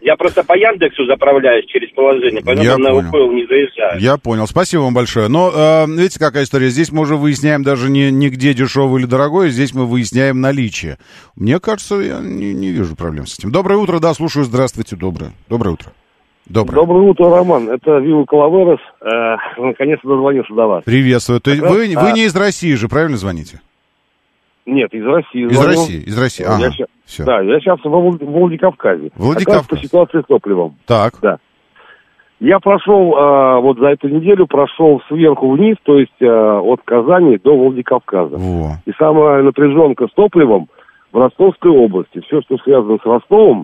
Я просто по Яндексу заправляюсь через приложение, поэтому на Лукойл не заезжаю. Я понял. Спасибо вам большое. Но, видите, какая история? Здесь мы уже выясняем даже не где дешевый или дорогой, здесь мы выясняем наличие. Мне кажется, я не вижу проблем с этим. Доброе утро, да, слушаю. Здравствуйте, доброе утро. Доброе утро, Роман. Это Вилла Калаверос. Наконец-то дозвонился до вас. Приветствую. То есть вы не из России же, правильно звоните? Нет, из России. Из России. Ага, все. Да, я сейчас во Владикавказе. Как по ситуации с топливом. Так. Да. Я прошел, вот за эту неделю прошел сверху вниз, то есть от Казани до Владикавказа. Во. И самая напряженка с топливом в Ростовской области. Все, что связано с Ростовом,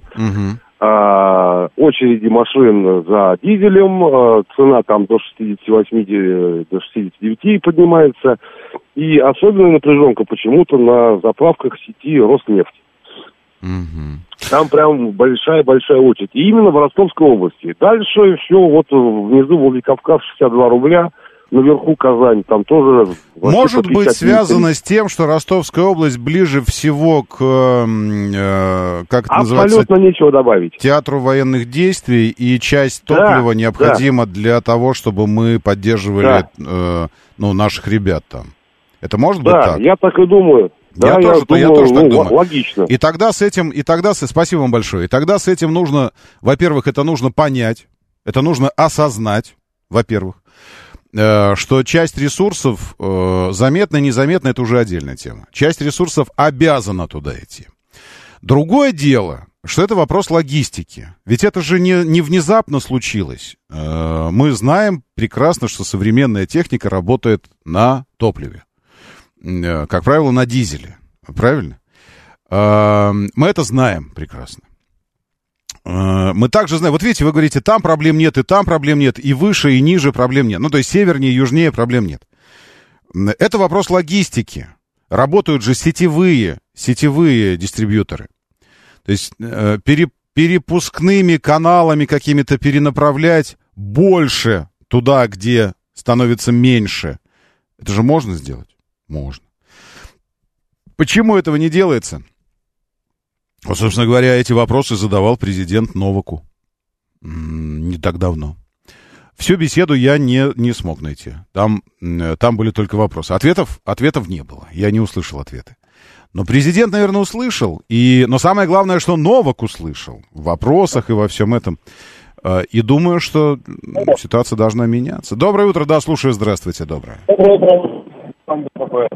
очереди машин за дизелем, цена там до 68, до 69 поднимается. И особенная напряженка почему-то на заправках сети Роснефть. Там прям большая-большая очередь. И именно в Ростовской области. Дальше все, вот внизу Владикавказ 62 рубля. Наверху Казань, там тоже... Может быть связано с тем, что Ростовская область ближе всего к, как это называется? Абсолютно нечего добавить. Театру военных действий, и часть топлива необходима для того, чтобы мы поддерживали наших ребят там. Это может быть так? Да, я так и думаю. Я тоже так думаю. Логично. И тогда спасибо вам большое. И тогда с этим нужно, во-первых, это нужно понять, это нужно осознать, во-первых, что часть ресурсов, заметно, незаметно, это уже отдельная тема. Часть ресурсов обязана туда идти. Другое дело, что это вопрос логистики. Ведь это же не внезапно случилось. Мы знаем прекрасно, что современная техника работает на топливе. Как правило, на дизеле. Правильно? Мы это знаем прекрасно. Мы также знаем, вот видите, вы говорите, там проблем нет, и там проблем нет, и выше, и ниже проблем нет. Ну, то есть севернее, южнее проблем нет. Это вопрос логистики. Работают же сетевые дистрибьюторы. То есть перепускными каналами какими-то перенаправлять больше туда, где становится меньше. Это же можно сделать? Можно. Почему этого не делается? Вот, собственно говоря, эти вопросы задавал президент Новаку не так давно. Всю беседу я не смог найти. Там были только вопросы. Ответов не было. Я не услышал ответы. Но президент, наверное, услышал. Но самое главное, что Новак услышал в вопросах и во всем этом. И думаю, что ситуация должна меняться. Доброе утро, да, слушаю. Здравствуйте, доброе. Доброе.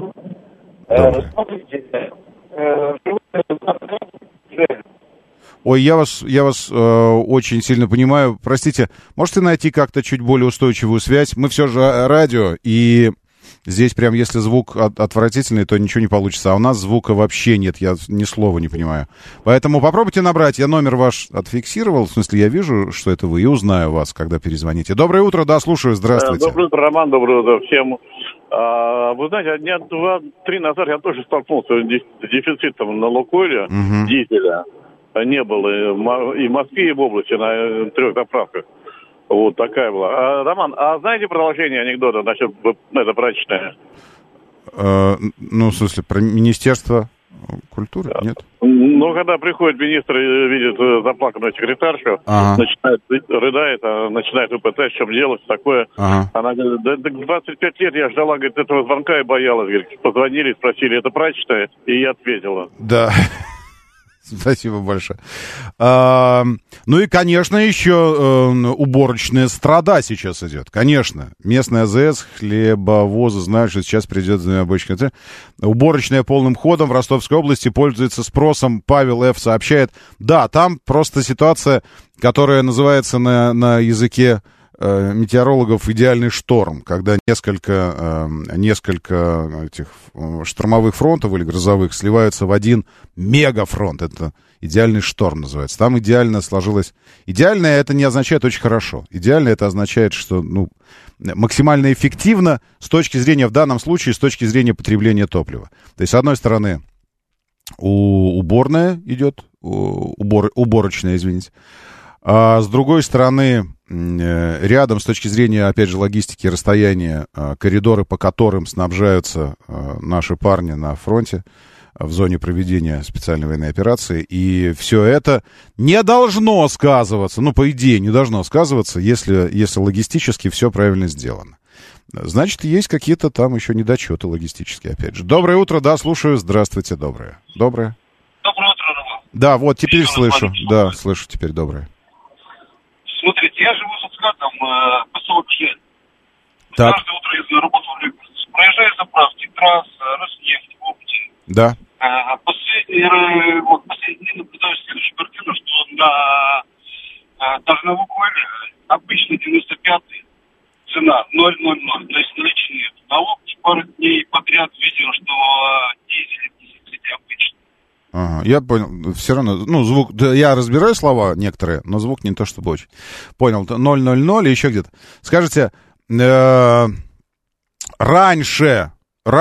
Ой, я вас очень сильно понимаю. Простите, можете найти как-то чуть более устойчивую связь? Мы все же радио, и здесь прям если звук отвратительный, то ничего не получится. А у нас звука вообще нет, я ни слова не понимаю. Поэтому попробуйте набрать. Я номер ваш отфиксировал, в смысле я вижу, что это вы, и узнаю вас, когда перезвоните. Доброе утро, да, слушаю, здравствуйте. Доброе утро, Роман, доброе утро всем. Вы знаете, дня 2-3 назад я тоже столкнулся с дефицитом на Лукойле, дизеля. Не было и в Москве, и в области на 3 заправках. Вот такая была. Роман, а знаете продолжение анекдота насчет это прачечное? Ну, в смысле, про Министерство культуры? Нет? Ну, когда приходит министр и видит заплаканную секретаршу, начинает рыдает, начинает выпытать, в чем дело, все такое. Она говорит, да 25 лет я ждала, говорит, этого звонка и боялась. Говорит, позвонили, спросили, это прачечная? И я ответила. Да. Спасибо большое. Ну и, конечно, еще уборочная страда сейчас идет. Конечно. Местный АЗС, хлебовозы знают, что сейчас придет за двумя бочками. Уборочная полным ходом в Ростовской области пользуется спросом. Павел Ф. сообщает. Да, там просто ситуация, которая называется на языке метеорологов идеальный шторм, когда несколько этих штормовых фронтов или грозовых сливаются в один мегафронт. Это идеальный шторм называется. Там идеально сложилось. Идеально это не означает очень хорошо. Идеально это означает, что максимально эффективно с точки зрения, в данном случае, с точки зрения потребления топлива. То есть, с одной стороны, уборная идет, уборочная, извините. А с другой стороны, рядом, с точки зрения, опять же, логистики и расстояния, коридоры, по которым снабжаются наши парни на фронте, в зоне проведения специальной военной операции, и все это не должно сказываться, ну, по идее, не должно сказываться, если логистически все правильно сделано. Значит, есть какие-то там еще недочеты логистические, опять же. Доброе утро, да, слушаю, здравствуйте, доброе. Доброе. Доброе утро, Роман. Да, вот, теперь слышу, да, слышу теперь, доброе. Смотрите, я живу в Соцкатом, поселок Щель. Так. Каждое утро я работаю, проезжаю заправки, трасса, Роснефть, Опти. Да. Последние дни наблюдаю следующую картину, что даже на Лукойле обычно 95-й цена 0,00, то есть наличие нет. На Опти пару дней подряд видел, что дизель обычно. Ага, я понял. Все равно, ну, звук, да, я разбираю слова некоторые, но звук не то чтобы очень. Понял, 0,00 и еще где-то. Скажите, раньше,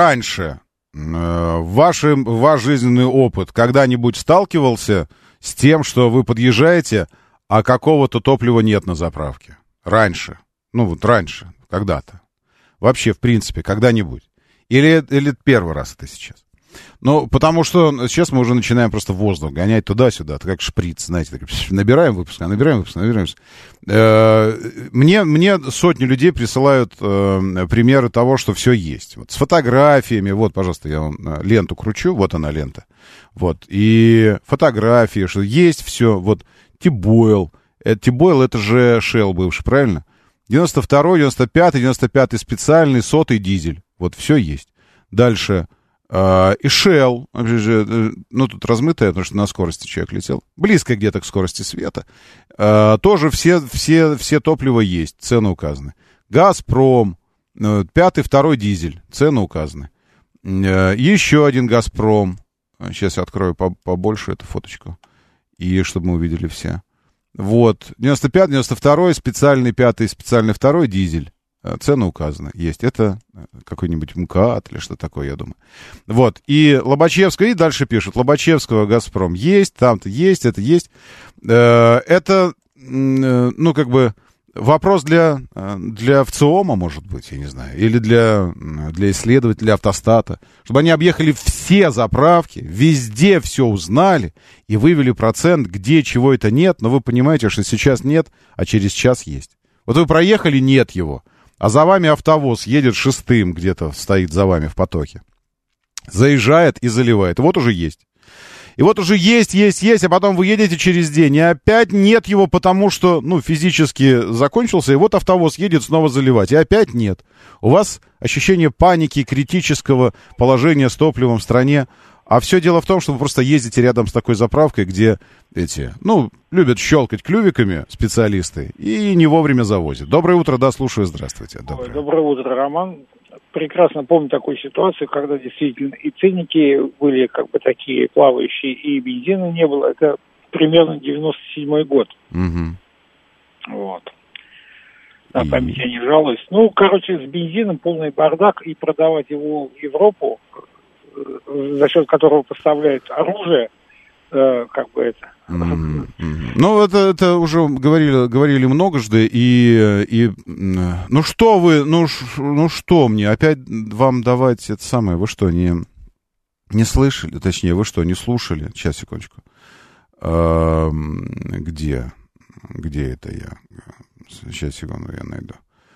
ваш жизненный опыт когда-нибудь сталкивался с тем, что вы подъезжаете, а какого-то топлива нет на заправке? Раньше. Ну, вот раньше, когда-то. Вообще, в принципе, когда-нибудь. Или первый раз это сейчас? Ну, потому что сейчас мы уже начинаем просто воздух гонять туда-сюда. Это как шприц, знаете, так, набираем, выпускаем. Мне сотни людей присылают примеры того, что все есть. Вот, с фотографиями. Вот, пожалуйста, я вам ленту кручу. Вот она, лента. Вот. И фотографии, что есть все. Вот, T-Boil. T-Boil это же Shell бывший, правильно? 92-й, 95-й, 95-й специальный, 100-й дизель. Вот, все есть. Дальше... И Shell, ну, тут размытая, потому что на скорости человек летел, близко где-то к скорости света, тоже все топлива есть, цены указаны. Газпром, 5-й, 2-й дизель, цены указаны. Еще один Газпром, сейчас я открою побольше эту фоточку, и чтобы мы увидели все. Вот, 95-й, 92-й, специальный 5-й, специальный 2-й дизель. Цены указаны. Есть. Это какой-нибудь МКАД или что такое, я думаю. Вот. И Лобачевского, и дальше пишут. Лобачевского, Газпром есть, там-то есть, это есть. Это, ну, как бы, вопрос для ВЦИОМа, может быть, я не знаю. Или для исследователей автостата. Чтобы они объехали все заправки, везде все узнали и вывели процент, где чего это нет. Но вы понимаете, что сейчас нет, а через час есть. Вот вы проехали, нет его. А за вами автовоз едет шестым, где-то стоит за вами в потоке. Заезжает и заливает. И вот уже есть. И вот уже есть, а потом вы едете через день, и опять нет его, потому что, ну, физически закончился, и вот автовоз едет снова заливать, и опять нет. У вас ощущение паники, критического положения с топливом в стране. А все дело в том, что вы просто ездите рядом с такой заправкой, где любят щелкать клювиками специалисты и не вовремя завозят. Доброе утро, да, слушаю, здравствуйте. Доброе утро, Роман. Прекрасно помню такую ситуацию, когда действительно и ценники были как бы такие плавающие, и бензина не было. Это примерно 97-й год. Угу. Вот. На память я не жалуюсь. Ну, короче, с бензином полный бардак, и продавать его в Европу, за счет которого поставляют оружие, как бы это... Ну, это уже говорили многожды, и ну что вы, ну что мне, опять вам давать это самое, вы что, не слышали, точнее, вы что, не слушали? Сейчас, секундочку. Где это я? Сейчас, секунду, я найду.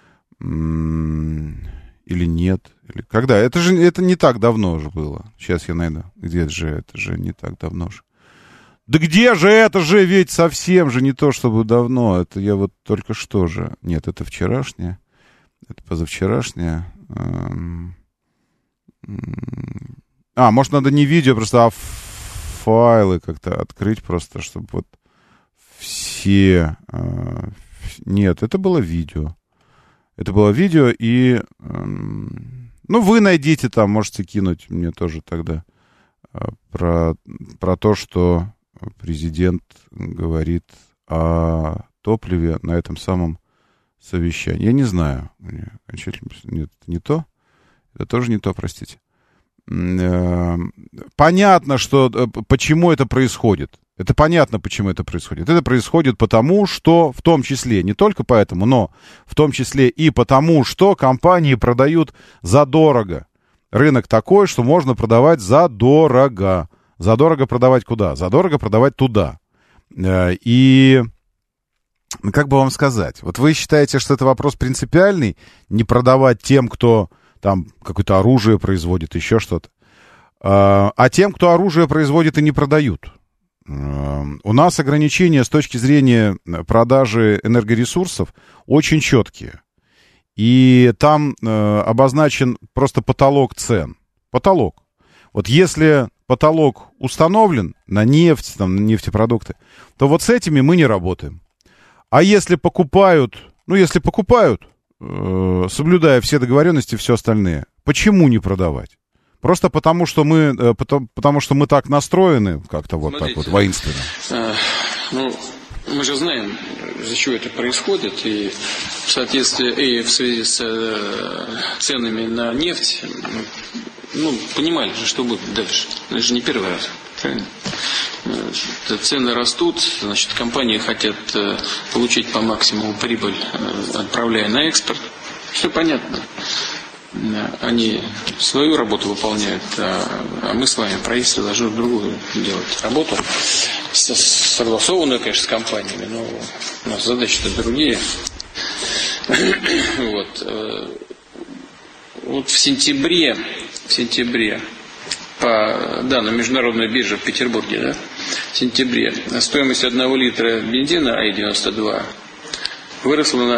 Или нет? Или когда? Это не так давно уже было. Сейчас я найду. Где же это же не так давно же? Да где же это же? Ведь совсем же не то, чтобы давно. Это я вот только что же. Нет, это вчерашнее. Это позавчерашнее. Может, надо не видео, просто файлы как-то открыть просто, чтобы вот все... Нет, это было видео. Это было видео, и... Ну, вы найдите там, можете кинуть мне тоже тогда про то, что президент говорит о топливе на этом самом совещании. Я не знаю. Нет, это не то. Это тоже не то, простите. Понятно, что почему это происходит. Это понятно, почему это происходит. Это происходит потому, что, в том числе, не только поэтому, но в том числе и потому, что компании продают задорого. Рынок такой, что можно продавать задорого. Задорого продавать куда? Задорого продавать туда. И, как бы вам сказать, вот вы считаете, что это вопрос принципиальный, не продавать тем, кто там какое-то оружие производит, еще что-то, а тем, кто оружие производит и не продают. У нас ограничения с точки зрения продажи энергоресурсов очень четкие. И там обозначен просто потолок цен. Потолок. Вот если потолок установлен на нефть, там, на нефтепродукты, то вот с этими мы не работаем. А если покупают, соблюдая все договоренности и все остальное, почему не продавать? Просто потому что мы так настроены, как-то вот смотрите, так вот воинственно. Мы же знаем, из-за чего это происходит, и в соответствии, и в связи с ценами на нефть, понимали же, что будет дальше. Это же не первый раз, правильно? Цены растут, значит, компании хотят получить по максимуму прибыль, отправляя на экспорт. Все понятно. Они свою работу выполняют, а мы с вами, правительство, должно другую делать работу, согласованную, конечно, с компаниями, но у нас задачи-то другие. Вот в сентябре по данным международной биржи в Петербурге, да, в сентябре стоимость 1 литра бензина АИ-92 выросла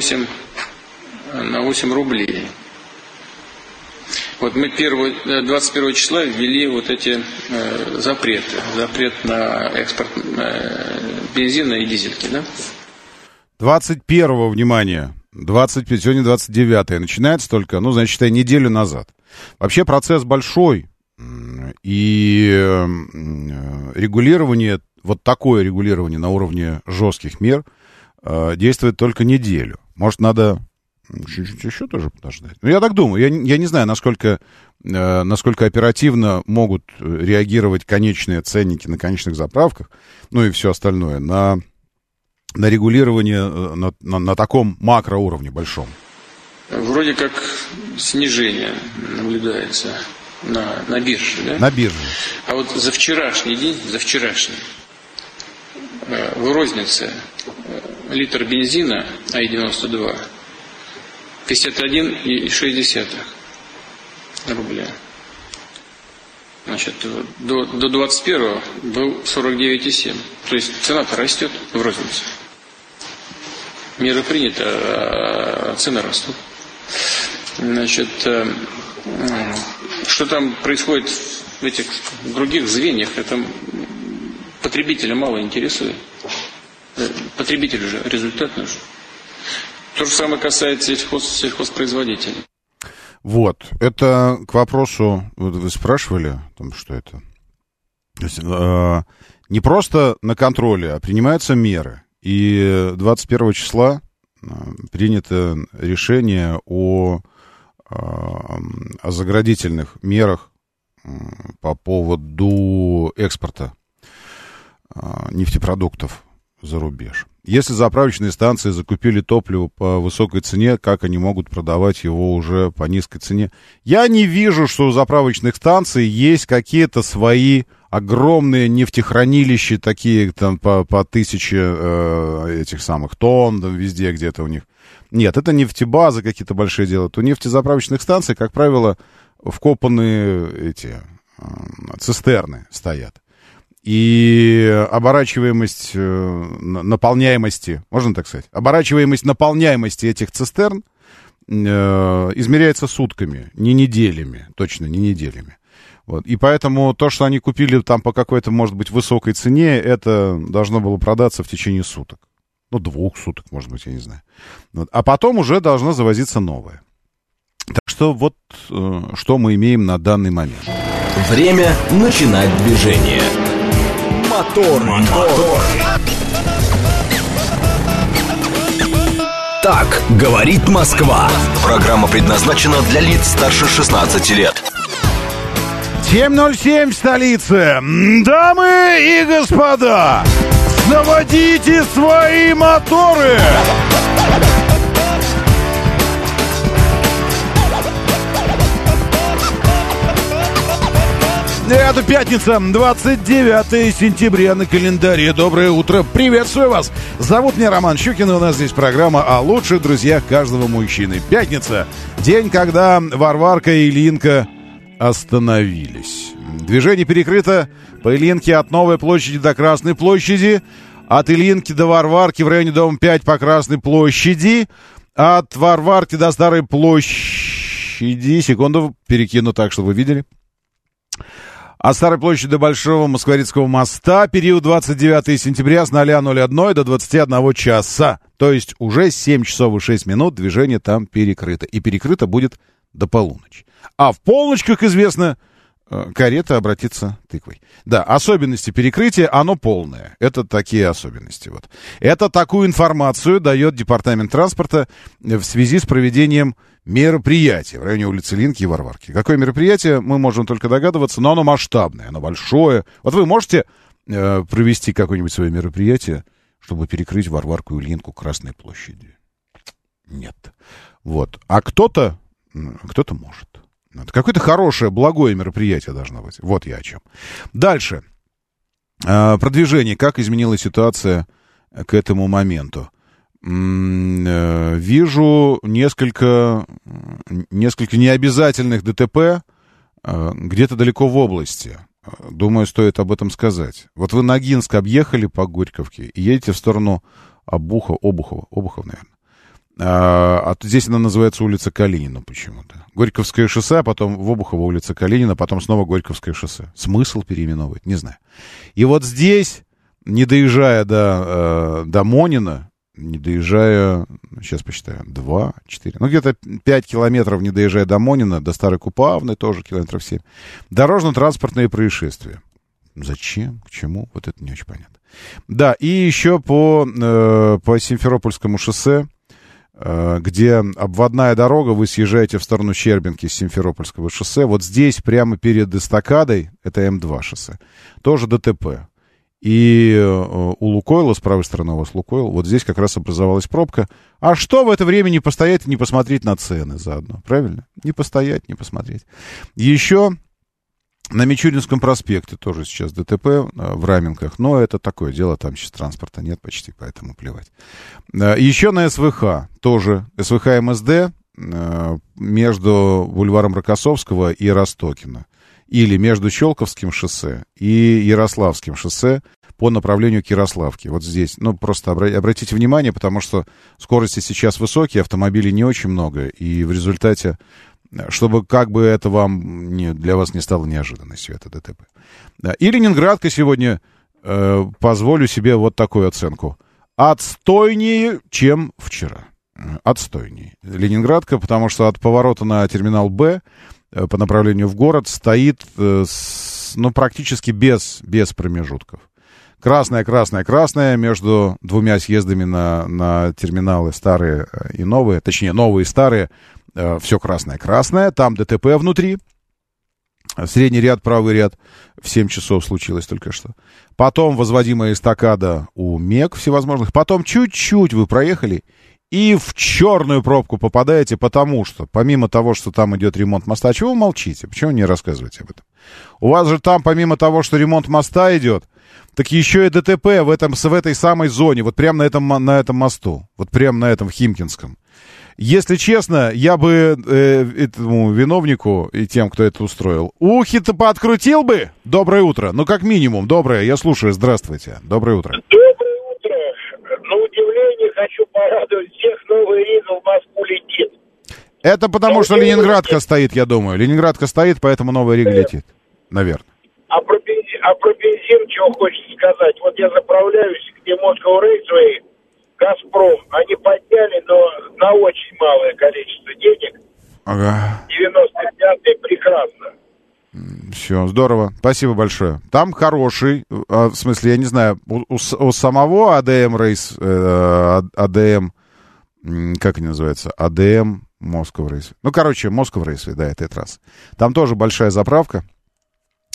на 8 рублей. Вот мы 21 числа ввели вот эти запреты. Запрет на экспорт бензина и дизельки, да? 21-го, внимание, сегодня 29-е, начинается только, считай, неделю назад. Вообще процесс большой, и регулирование, вот такое регулирование на уровне жестких мер действует только неделю. Может, надо чуть-чуть еще тоже подождать. Я так думаю. Я не знаю, насколько оперативно могут реагировать конечные ценники на конечных заправках, и все остальное, на регулирование на таком макроуровне большом. Вроде как снижение наблюдается на бирже, да? На бирже. А вот за вчерашний день, в рознице литр бензина АИ-92 51,6 рубля. Значит, до 21-го был 49,7. То есть цена-то растет в рознице. Меры приняты, а цены растут. Значит, что там происходит в этих других звеньях, это потребителя мало интересует. Потребителю же результат нужен. То же самое касается сельхозпроизводителей. Вот, это к вопросу, вы спрашивали, что это? То есть, не просто на контроле, а принимаются меры. И 21 числа принято решение о заградительных мерах по поводу экспорта нефтепродуктов за рубеж. Если заправочные станции закупили топливо по высокой цене, как они могут продавать его уже по низкой цене? Я не вижу, что у заправочных станций есть какие-то свои огромные нефтехранилища, такие там по 1000 этих самых тонн, там, везде где-то у них. Нет, это нефтебазы какие-то большие делают. У нефтезаправочных станций, как правило, вкопанные эти цистерны стоят. И оборачиваемость наполняемости, можно так сказать, оборачиваемость наполняемости этих цистерн измеряется сутками, не неделями, точно не неделями. Вот. И поэтому то, что они купили там по какой-то, может быть, высокой цене, это должно было продаться в течение суток. 2 суток, может быть, я не знаю. Вот. А потом уже должно завозиться новое. Так что вот что мы имеем на данный момент. Время начинать движение. Мотор. Так говорит Москва. Программа предназначена для лиц старше 16 лет. 7:07 в столице. Дамы и господа, заводите свои моторы! Это пятница, 29 сентября на календаре. Доброе утро, приветствую вас. Зовут меня Роман Щукин, и у нас здесь программа о лучших друзьях каждого мужчины. Пятница, день, когда Варварка и Ильинка остановились. Движение перекрыто по Ильинке от Новой площади до Красной площади, от Ильинки до Варварки в районе дома 5 по Красной площади, от Варварки до Старой площади, секунду, перекину так, чтобы вы видели. От Старой площади до Большого Москворецкого моста период 29 сентября с 00:01 до 21 часа. То есть уже 7 часов и 6 минут движение там перекрыто. И перекрыто будет до полуночи. А в полночь, как известно, карета обратится тыквой. Да, особенности перекрытия, оно полное. Это такие особенности. Вот. Это такую информацию дает Департамент транспорта в связи с проведением мероприятия в районе улицы Ильинки и Варварки. Какое мероприятие, мы можем только догадываться, но оно масштабное, оно большое. Вот вы можете провести какое-нибудь свое мероприятие, чтобы перекрыть Варварку и Ильинку Красной площади? Нет. Вот. А кто-то может. Это какое-то хорошее, благое мероприятие должно быть. Вот я о чем. Дальше. Продвижение. Как изменилась ситуация к этому моменту? Вижу несколько необязательных ДТП где-то далеко в области. Думаю, стоит об этом сказать. Вот вы Ногинск объехали по Горьковке и едете в сторону Обухова, наверное. А здесь она называется улица Калинина почему-то. Горьковское шоссе, а потом в Обухово улица Калинина, потом снова Горьковское шоссе. Смысл переименовывать? Не знаю. И вот здесь, не доезжая до Монина, не доезжая, сейчас посчитаю, 2, 4, ну где-то 5 километров не доезжая до Монина, до Старой Купавны, тоже километров 7, дорожно-транспортные происшествия. Зачем? К чему? Вот это не очень понятно. Да, и еще по Симферопольскому шоссе, где обводная дорога, вы съезжаете в сторону Щербинки с Симферопольского шоссе, вот здесь, прямо перед эстакадой, это М2 шоссе, тоже ДТП. И у Лукойла, с правой стороны у вас Лукойл, вот здесь как раз образовалась пробка. А что в это время не постоять и не посмотреть на цены заодно, правильно? Не постоять, не посмотреть. Еще на Мичуринском проспекте тоже сейчас ДТП в Раменках, но это такое дело, там сейчас транспорта нет почти, поэтому плевать. Еще на СВХ тоже, СВХ МСД между бульваром Рокоссовского и Ростокина. Или между Щелковским шоссе и Ярославским шоссе по направлению к Ярославке. Вот здесь. Ну, просто обратите внимание, потому что скорости сейчас высокие, автомобилей не очень много. И в результате, чтобы как бы это для вас не стало неожиданностью, это ДТП. Да. И Ленинградка сегодня, позволю себе вот такую оценку. Отстойнее, чем вчера. Отстойнее. Ленинградка, потому что от поворота на терминал Б по направлению в город стоит, практически без промежутков. Красная между двумя съездами на терминалы старые и новые, точнее, новые и старые, все красное. Там ДТП внутри. Средний ряд, правый ряд в 7 часов случилось только что. Потом возводимая эстакада у МЕК всевозможных. Потом чуть-чуть вы проехали и в черную пробку попадаете, потому что, помимо того, что там идет ремонт моста, чего вы молчите? Почему не рассказываете об этом? У вас же там, помимо того, что ремонт моста идет, так еще и ДТП в этой самой зоне, вот прямо на этом мосту, вот прямо на этом, в Химкинском. Если честно, я бы этому виновнику и тем, кто это устроил, ухи-то пооткрутил бы. Доброе утро. Ну, как минимум, доброе. Я слушаю. Здравствуйте. Доброе утро. Доброе утро. На удивление хочу порадовать всех, новый Рига в Москву летит. Это потому, что Ленинградка стоит, я думаю. Ленинградка стоит, поэтому новая Рига летит. Наверное. А про бензин чего хочется сказать. Вот я заправляюсь, где Moscow Raceway, Газпром. Они подняли, но на очень малое количество денег. Ага. 95-й прекрасно. Все, здорово. Спасибо большое. Там хороший, в смысле, я не знаю, у самого АДМ Рейс, АДМ, как они называются? АДМ Moscow Raceway. Ну, короче, Moscow Raceway, да, это раз. Там тоже большая заправка.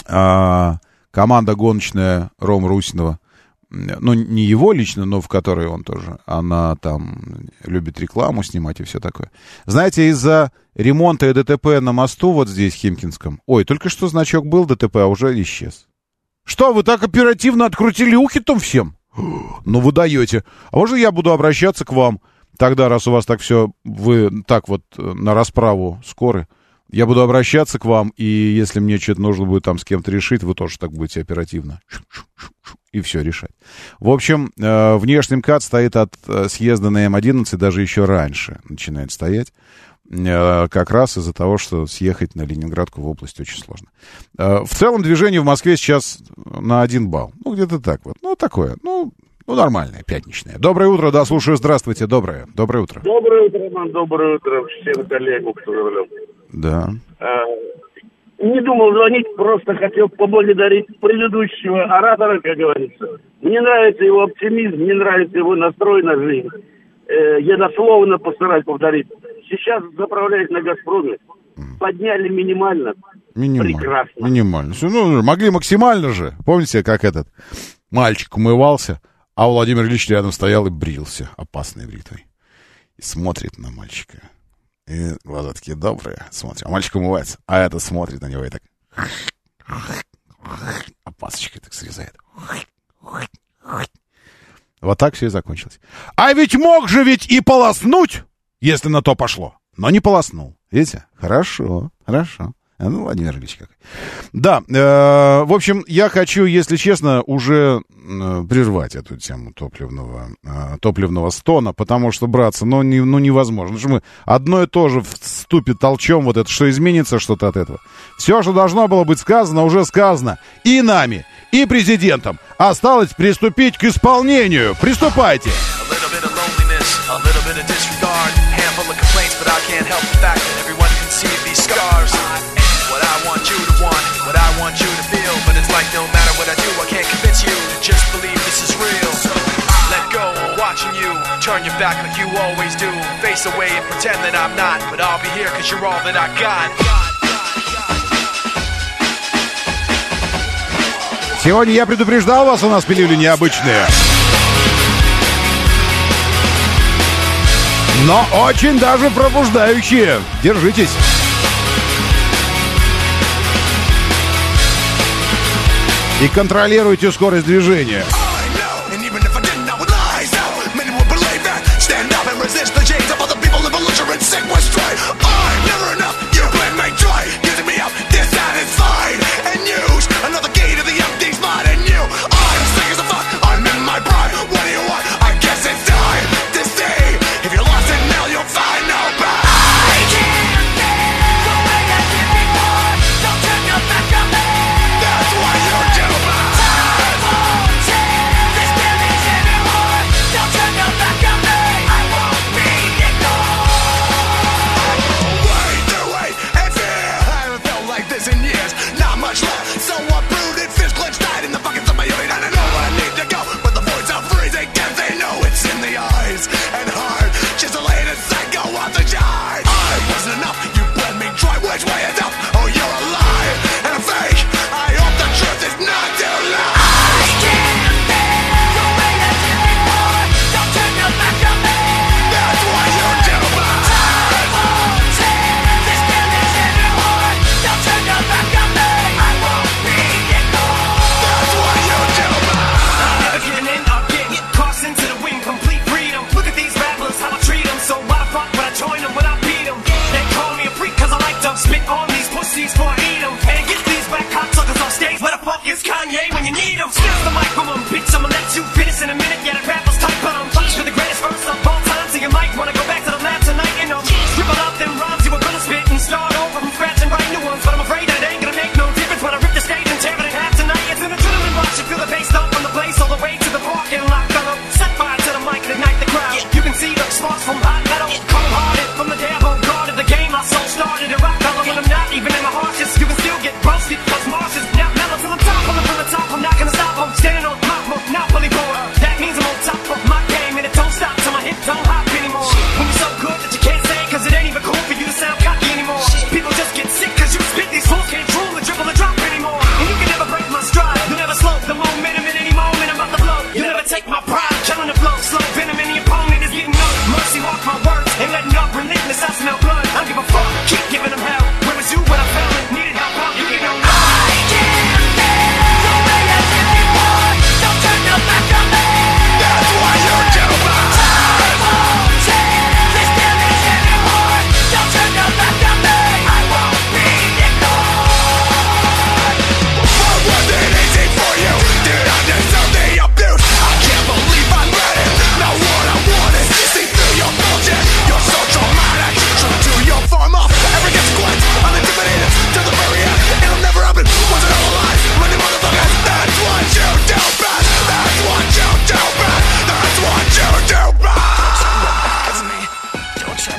команда гоночная Рома Русинова, ну, не его лично, но в которой он тоже, она там любит рекламу снимать и все такое. Знаете, из-за ремонта и ДТП на мосту вот здесь, в Химкинском, ой, только что значок был ДТП, а уже исчез. Что, вы так оперативно открутили ухи там всем? Ну, вы даете. А можно я буду обращаться к вам тогда, раз у вас так все, вы так вот на расправу скоры? Я буду обращаться к вам, и если мне что-то нужно будет там с кем-то решить, вы тоже так будете оперативно. И все решать. В общем, внешний МКАД стоит от съезда на М11 даже еще раньше начинает стоять. Как раз из-за того, что съехать на Ленинградку в область очень сложно. В целом движение в Москве сейчас на 1 балл. Ну, где-то так вот. Ну, такое. Ну, нормальное, пятничное. Доброе утро, да, слушаю. Здравствуйте, доброе утро. Доброе утро, Роман, доброе утро всем коллегам, кто за рулем. Да. Не думал звонить, просто хотел поблагодарить предыдущего оратора, как говорится. Мне нравится его оптимизм, мне нравится его настрой на жизнь. Я дословно постараюсь повторить. Сейчас заправляют на «Газпроме». Подняли минимально. Прекрасно. Минимально. Ну, могли максимально же. Помните, как этот мальчик умывался, а Владимир Ильич рядом стоял и брился опасной бритвой. И смотрит на мальчика. И глаза такие добрые. Смотрит. А мальчик умывается. А этот смотрит на него и так... Опасочкой так срезает. Вот так все и закончилось. А ведь мог же ведь и полоснуть, если на то пошло. Но не полоснул. Видите? Хорошо. Ну, Владимир Ильич какой. Да, в общем, я хочу, если честно, уже прервать эту тему топливного стона, потому что, братцы, невозможно. Потому что мы одно и то же вступит толчем, вот это, что изменится что-то от этого. Все, что должно было быть сказано, уже сказано. И нами, и президентом. Осталось приступить к исполнению. Приступайте. A little bit of disregard, handful of complaints, but I can't help the fact that everyone can see these scars. What I want you to want, what I want you to feel, but it's like no matter what I do, I can't convince you to just believe this is real. So let go of watching you, turn your back like you always do, face away and pretend that I'm not, but I'll be here 'cause you're all that I got. Сегодня я предупреждал вас, у нас пилюли необычные. Но очень даже пробуждающие. Держитесь. И контролируйте скорость движения. From the day I bombarded the game, my soul started to rock. When I'm not even in my heart, just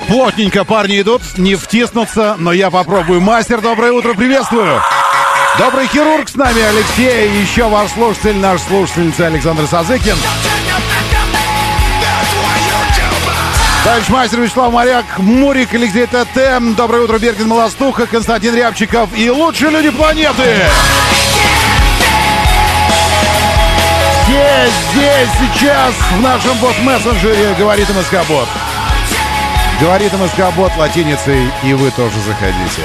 Плотненько парни идут, не втиснуться, но я попробую. Мастер, доброе утро, приветствую. Добрый хирург с нами, Алексей. И еще ваш слушатель, наш слушательница Александр Сазыкин. Товарищ мастер Вячеслав Моряк, Мурик, Алексей ТТ. Доброе утро, Бергин Молостуха, Константин Рябчиков и лучшие люди планеты. Здесь, сейчас, в нашем бот-мессенджере говорит МСК-бот. Говорит МСК-бот латиницей, и вы тоже заходите.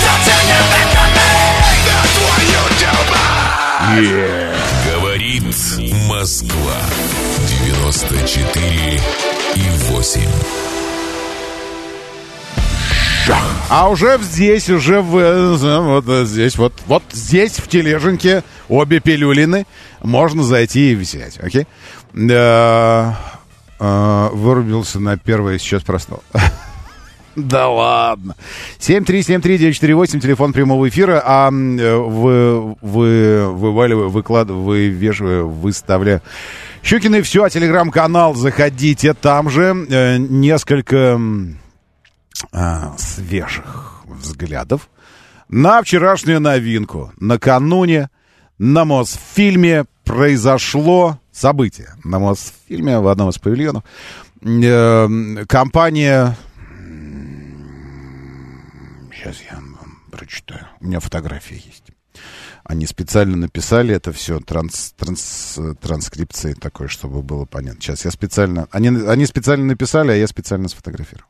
Говорит Москва. 94,8. А уже здесь, вот здесь, вот здесь в тележеньке обе пилюлины можно зайти и взять, окей? Вырубился на первое, сейчас проснулся. Да ладно. 7373948, телефон прямого эфира, а выставляю Щукины, все, телеграм-канал, заходите, там же несколько свежих взглядов на вчерашнюю новинку. Накануне на Мосфильме произошло событие. На Мосфильме в одном из павильонов компания... Сейчас я вам прочитаю. У меня фотография есть. Они специально написали это все, транскрипцией такой, чтобы было понятно. Сейчас я специально... Они специально написали, а я специально сфотографировал.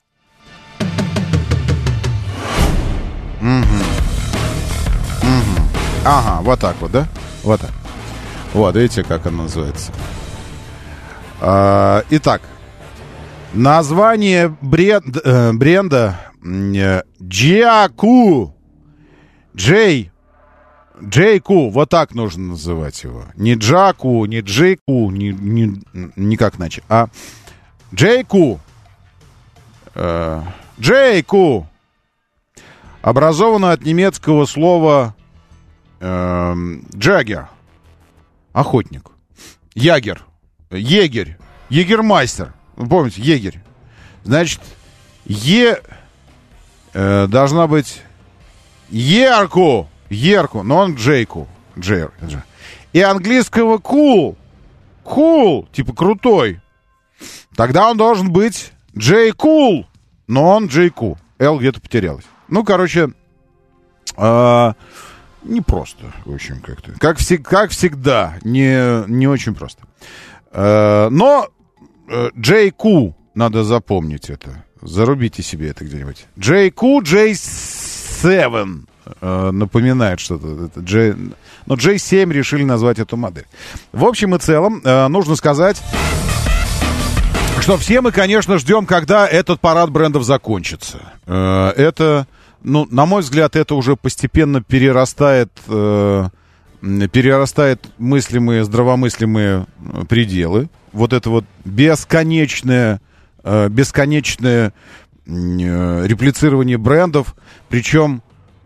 Ага, вот так вот, да? Вот так. Вот, видите, как оно называется. Итак, название бренда Джиаку. Джейку, вот так нужно называть его. Не Джаку, не Джейку, никак иначе. А Джейку. Джейку. Образовано от немецкого слова джаггер. Охотник. Ягер. Егерь. Егермастер. Вы помните, егерь. Значит, должна быть Ерку, но он Джейку. И английского cool, типа крутой. Тогда он должен быть Джей Кул, но он Джейку. Л где-то потерялась. Ну, короче, непросто, в общем, как-то. Как всегда, не очень просто. Но Джейку, надо запомнить это. Зарубите себе это где-нибудь. Джейку, J7 напоминает что-то. Но J7 решили назвать эту модель. В общем и целом, нужно сказать, что все мы, конечно, ждем, когда этот парад брендов закончится. Это, ну, на мой взгляд, это уже постепенно перерастает мыслимые, здравомыслимые пределы. Вот это вот бесконечное реплицирование брендов, причем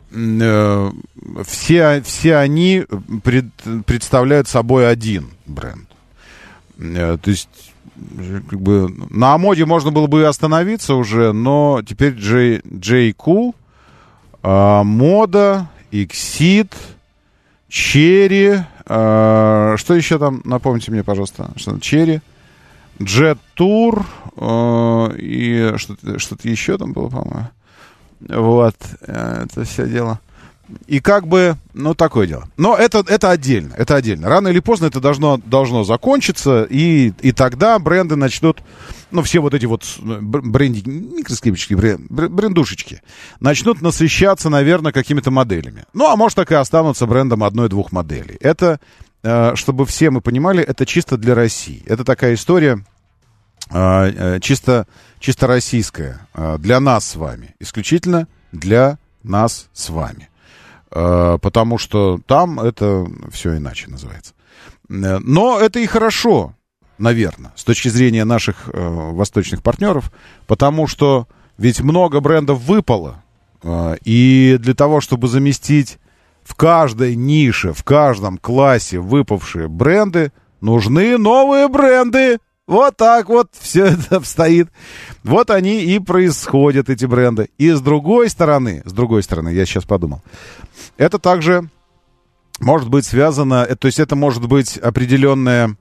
все они представляют собой один бренд. То есть, как бы, на Амоде можно было бы остановиться уже, но теперь J.Cool, Мода, Exit, Cherry, что еще там, напомните мне, пожалуйста, что Cherry, Jet Tour и что-то еще там было, по-моему. Вот, это все дело. И как бы, ну, такое дело. Но это отдельно, это отдельно. Рано или поздно это должно закончиться, и тогда бренды начнут, ну, все вот эти вот брендики, микроскопические брендушечки, начнут насыщаться, наверное, какими-то моделями. Ну, а может, так и останутся брендом одной-двух моделей. Это, чтобы все мы понимали, это чисто для России. Это такая история чисто российская, для нас с вами. Исключительно для нас с вами. Потому что там это все иначе называется. Но это и хорошо, наверное, с точки зрения наших восточных партнеров, потому что ведь много брендов выпало, и для того, чтобы заместить в каждой нише, в каждом классе выпавшие бренды, нужны новые бренды. Вот так вот все это обстоит. Вот они и происходят, эти бренды. И с другой стороны, я сейчас подумал, это также может быть связано, то есть это может быть определенная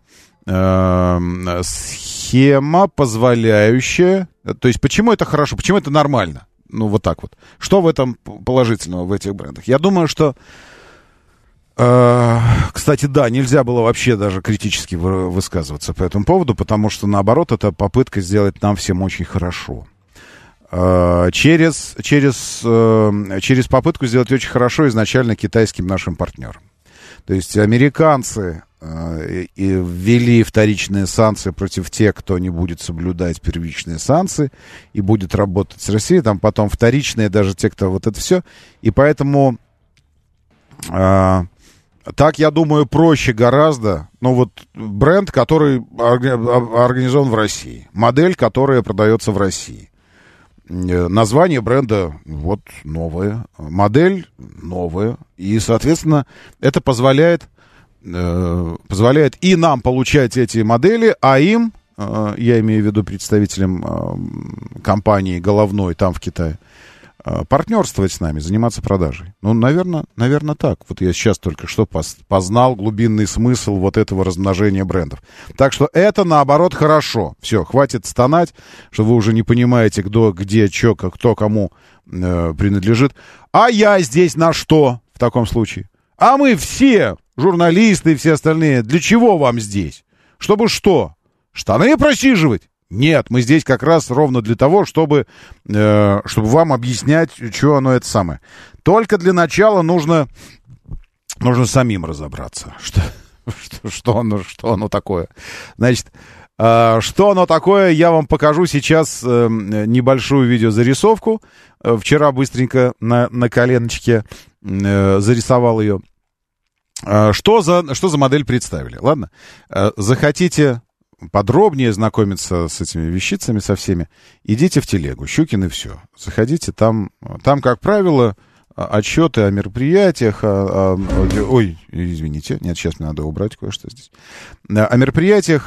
схема, позволяющая... То есть почему это хорошо, почему это нормально? Ну, вот так вот. Что в этом положительного, в этих брендах? Я думаю, что... Кстати, да, нельзя было вообще даже критически высказываться по этому поводу, потому что, наоборот, это попытка сделать нам всем очень хорошо. Через попытку сделать очень хорошо изначально китайским нашим партнерам. То есть американцы ввели вторичные санкции против тех, кто не будет соблюдать первичные санкции и будет работать с Россией, там потом вторичные даже те, кто вот это все. И поэтому... Так, я думаю, проще гораздо, ну вот бренд, который организован в России, модель, которая продается в России. Название бренда вот новое, модель новая, и, соответственно, это позволяет и нам получать эти модели, а им, я имею в виду представителям компании головной там в Китае, партнерствовать с нами, заниматься продажей. Ну, наверное, так. Вот я сейчас только что познал глубинный смысл вот этого размножения брендов. Так что это, наоборот, хорошо. Все, хватит стонать, что вы уже не понимаете, кто, где, что, кто кому принадлежит. А я здесь на что в таком случае? А мы все, журналисты и все остальные, для чего вам здесь? Чтобы что? Штаны просиживать? Нет, мы здесь как раз ровно для того, чтобы вам объяснять, что оно это самое. Только для начала нужно самим разобраться, что оно такое. Значит, что оно такое, я вам покажу сейчас небольшую видеозарисовку. Вчера быстренько на коленочке зарисовал ее. Что за модель представили? Ладно, захотите... подробнее знакомиться с этими вещицами, со всеми, идите в телегу, Щукин и все. Заходите, там, как правило, отчеты о мероприятиях, ой, извините, нет, сейчас мне надо убрать кое-что здесь. О мероприятиях,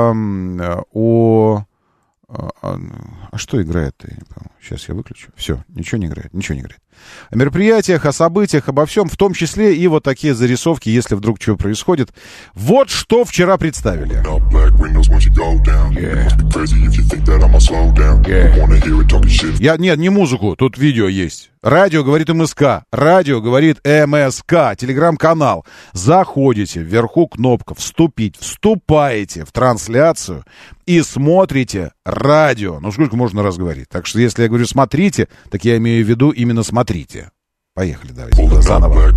а что играет-то? Я не помню. Сейчас я выключу. Все, ничего не играет. О мероприятиях, о событиях, обо всем, в том числе и вот такие зарисовки, если вдруг что происходит. Вот что вчера представили. Нет, не музыку, тут видео есть. Радио говорит МСК, радио говорит МСК, телеграм-канал. Заходите, вверху кнопка «Вступить», вступаете в трансляцию и смотрите радио. Ну, сколько можно раз говорить? Так что, если я говорю «смотрите», так я имею в виду именно «смотрите». Поехали, давайте заново.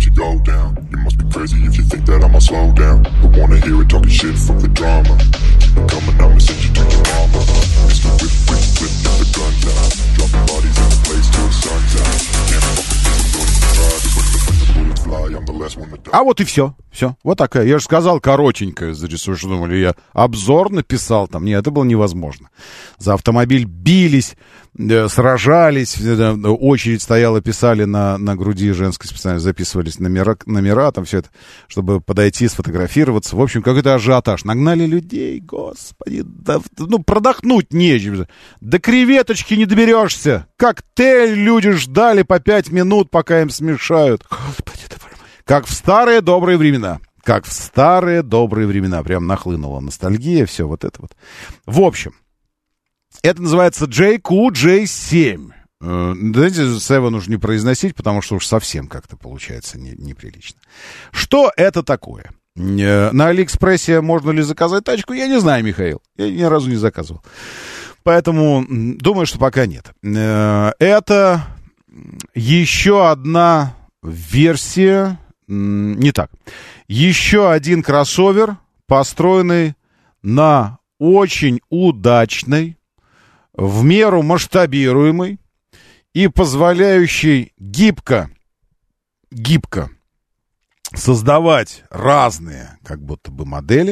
А вот и все. Вот такая. Я же сказал, коротенькая зарисовка. Что думали, я обзор написал там. Нет, это было невозможно. За автомобиль бились, сражались, очередь стояла, писали на груди женской специально, записывались номера, там все это, чтобы подойти, сфотографироваться. В общем, какой-то ажиотаж. Нагнали людей, господи, да, продохнуть нечем. До креветочки не доберешься. Коктейль люди ждали по 5 минут, пока им смешают. Господи, как в старые добрые времена. Прям нахлынула ностальгия, все вот это вот. В общем, это называется JQJ7. Знаете, 7 уж не произносить, потому что уж совсем как-то получается неприлично. Что это такое? На Алиэкспрессе можно ли заказать тачку? Я не знаю, Михаил. Я ни разу не заказывал. Поэтому думаю, что пока нет. Это еще одна версия... Не так. Еще один кроссовер, построенный на очень удачной, в меру масштабируемой и позволяющий гибко создавать разные, как будто бы, модели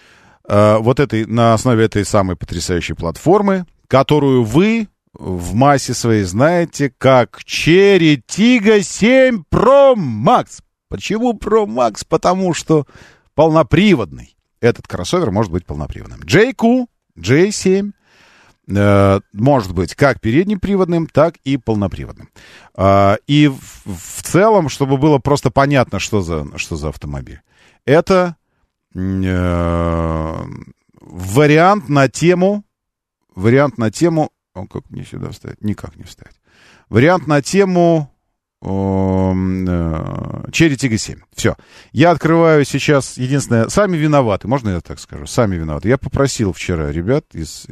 на основе этой самой потрясающей платформы, которую вы в массе своей знаете как Cherry Tiggo 7 Pro Max. Почему Pro Max? Потому что полноприводный. этот кроссовер может быть полноприводным. JQ, J7 может быть как переднеприводным, так и полноприводным. И в целом, чтобы было просто понятно, что за автомобиль, это вариант на тему... как мне сюда вставить? Никак не вставить. Вариант на тему Cherry Tiggo 7. Все. Я открываю сейчас, единственное, сами виноваты, можно я так скажу? Сами виноваты. Я попросил вчера ребят из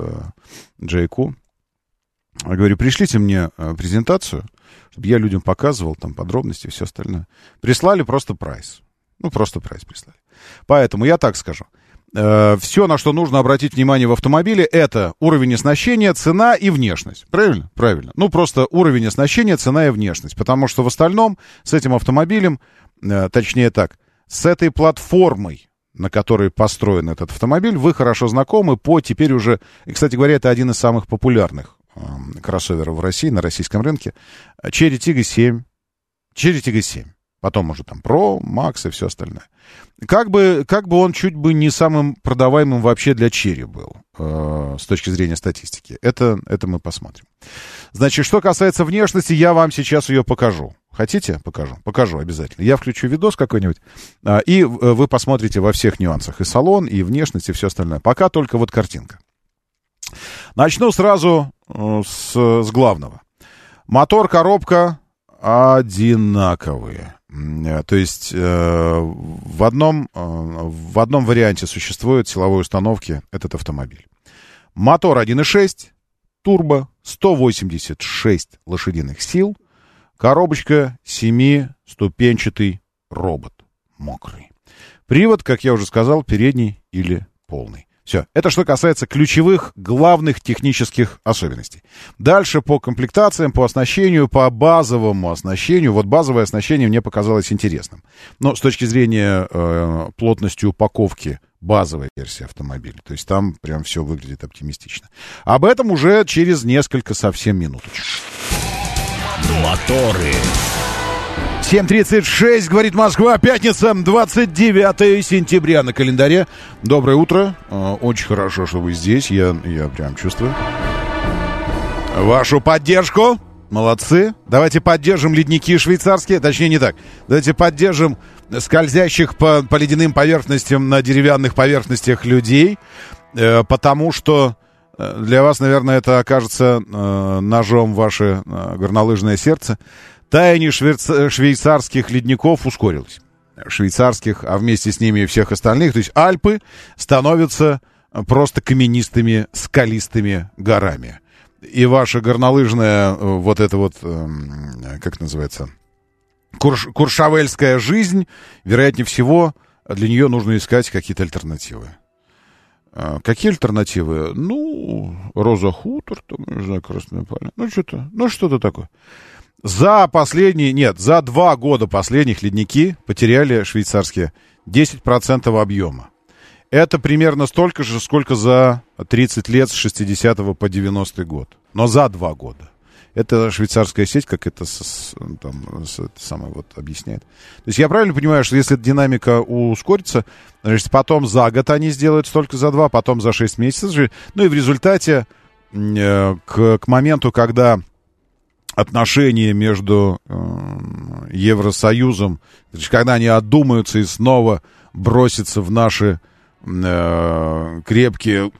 JQ, говорю, пришлите мне презентацию, чтобы я людям показывал там подробности и все остальное. Прислали просто прайс. Просто прайс прислали. Поэтому я так скажу. Все, на что нужно обратить внимание в автомобиле, это уровень оснащения, цена и внешность. Правильно? Правильно. Просто уровень оснащения, цена и внешность. Потому что в остальном с этим автомобилем, точнее так, с этой платформой, на которой построен этот автомобиль, вы хорошо знакомы по теперь уже... И, кстати говоря, это один из самых популярных кроссоверов в России, на российском рынке. Cherry Tiggo 7. Cherry Tiggo 7. Потом уже там Pro, Max и все остальное. Как бы он чуть бы не самым продаваемым вообще для Cherry был, с точки зрения статистики. Это мы посмотрим. Значит, что касается внешности, я вам сейчас ее покажу. Хотите? Покажу. Покажу обязательно. Я включу видос какой-нибудь, и вы посмотрите во всех нюансах. И салон, и внешность, и все остальное. Пока только вот картинка. Начну сразу с главного. Мотор, коробка одинаковые. То есть в одном варианте существует силовой установки этот автомобиль. Мотор 1.6, турбо, 186 лошадиных сил, коробочка 7-ступенчатый робот, мокрый. Привод, как я уже сказал, передний или полный. Все. Это что касается ключевых, главных технических особенностей. Дальше по комплектациям, по оснащению, по базовому оснащению. Вот базовое оснащение мне показалось интересным. Но с точки зрения плотности упаковки базовой версии автомобиля. То есть там прям все выглядит оптимистично. Об этом уже через несколько совсем минуточек. Моторы. 7:36, говорит Москва, пятница, 29 сентября на календаре. Доброе утро. Очень хорошо, что вы здесь. Я прям чувствую вашу поддержку. Молодцы. Давайте поддержим ледники швейцарские. Точнее, не так. Давайте поддержим скользящих по ледяным поверхностям на деревянных поверхностях людей. Потому что для вас, наверное, это окажется ножом в ваше горнолыжное сердце. Таяние швейцарских ледников ускорилось. Швейцарских, а вместе с ними и всех остальных. То есть Альпы становятся просто каменистыми, скалистыми горами. И ваша горнолыжная вот эта вот, как называется, куршавельская жизнь, вероятнее всего, для нее нужно искать какие-то альтернативы. Какие альтернативы? Роза Хутор, там, не знаю, Красная Поляна. Что-то такое. За 2 года последних ледники потеряли швейцарские 10% объема. Это примерно столько же, сколько за 30 лет с 60 по 90 год. Но за 2 года. Это швейцарская сеть, как это самое вот объясняет. То есть я правильно понимаю, что если динамика ускорится, значит, потом за год они сделают столько за 2, потом за 6 месяцев же. И в результате к моменту, когда отношения между Евросоюзом, когда они одумаются и снова бросятся в наши крепкие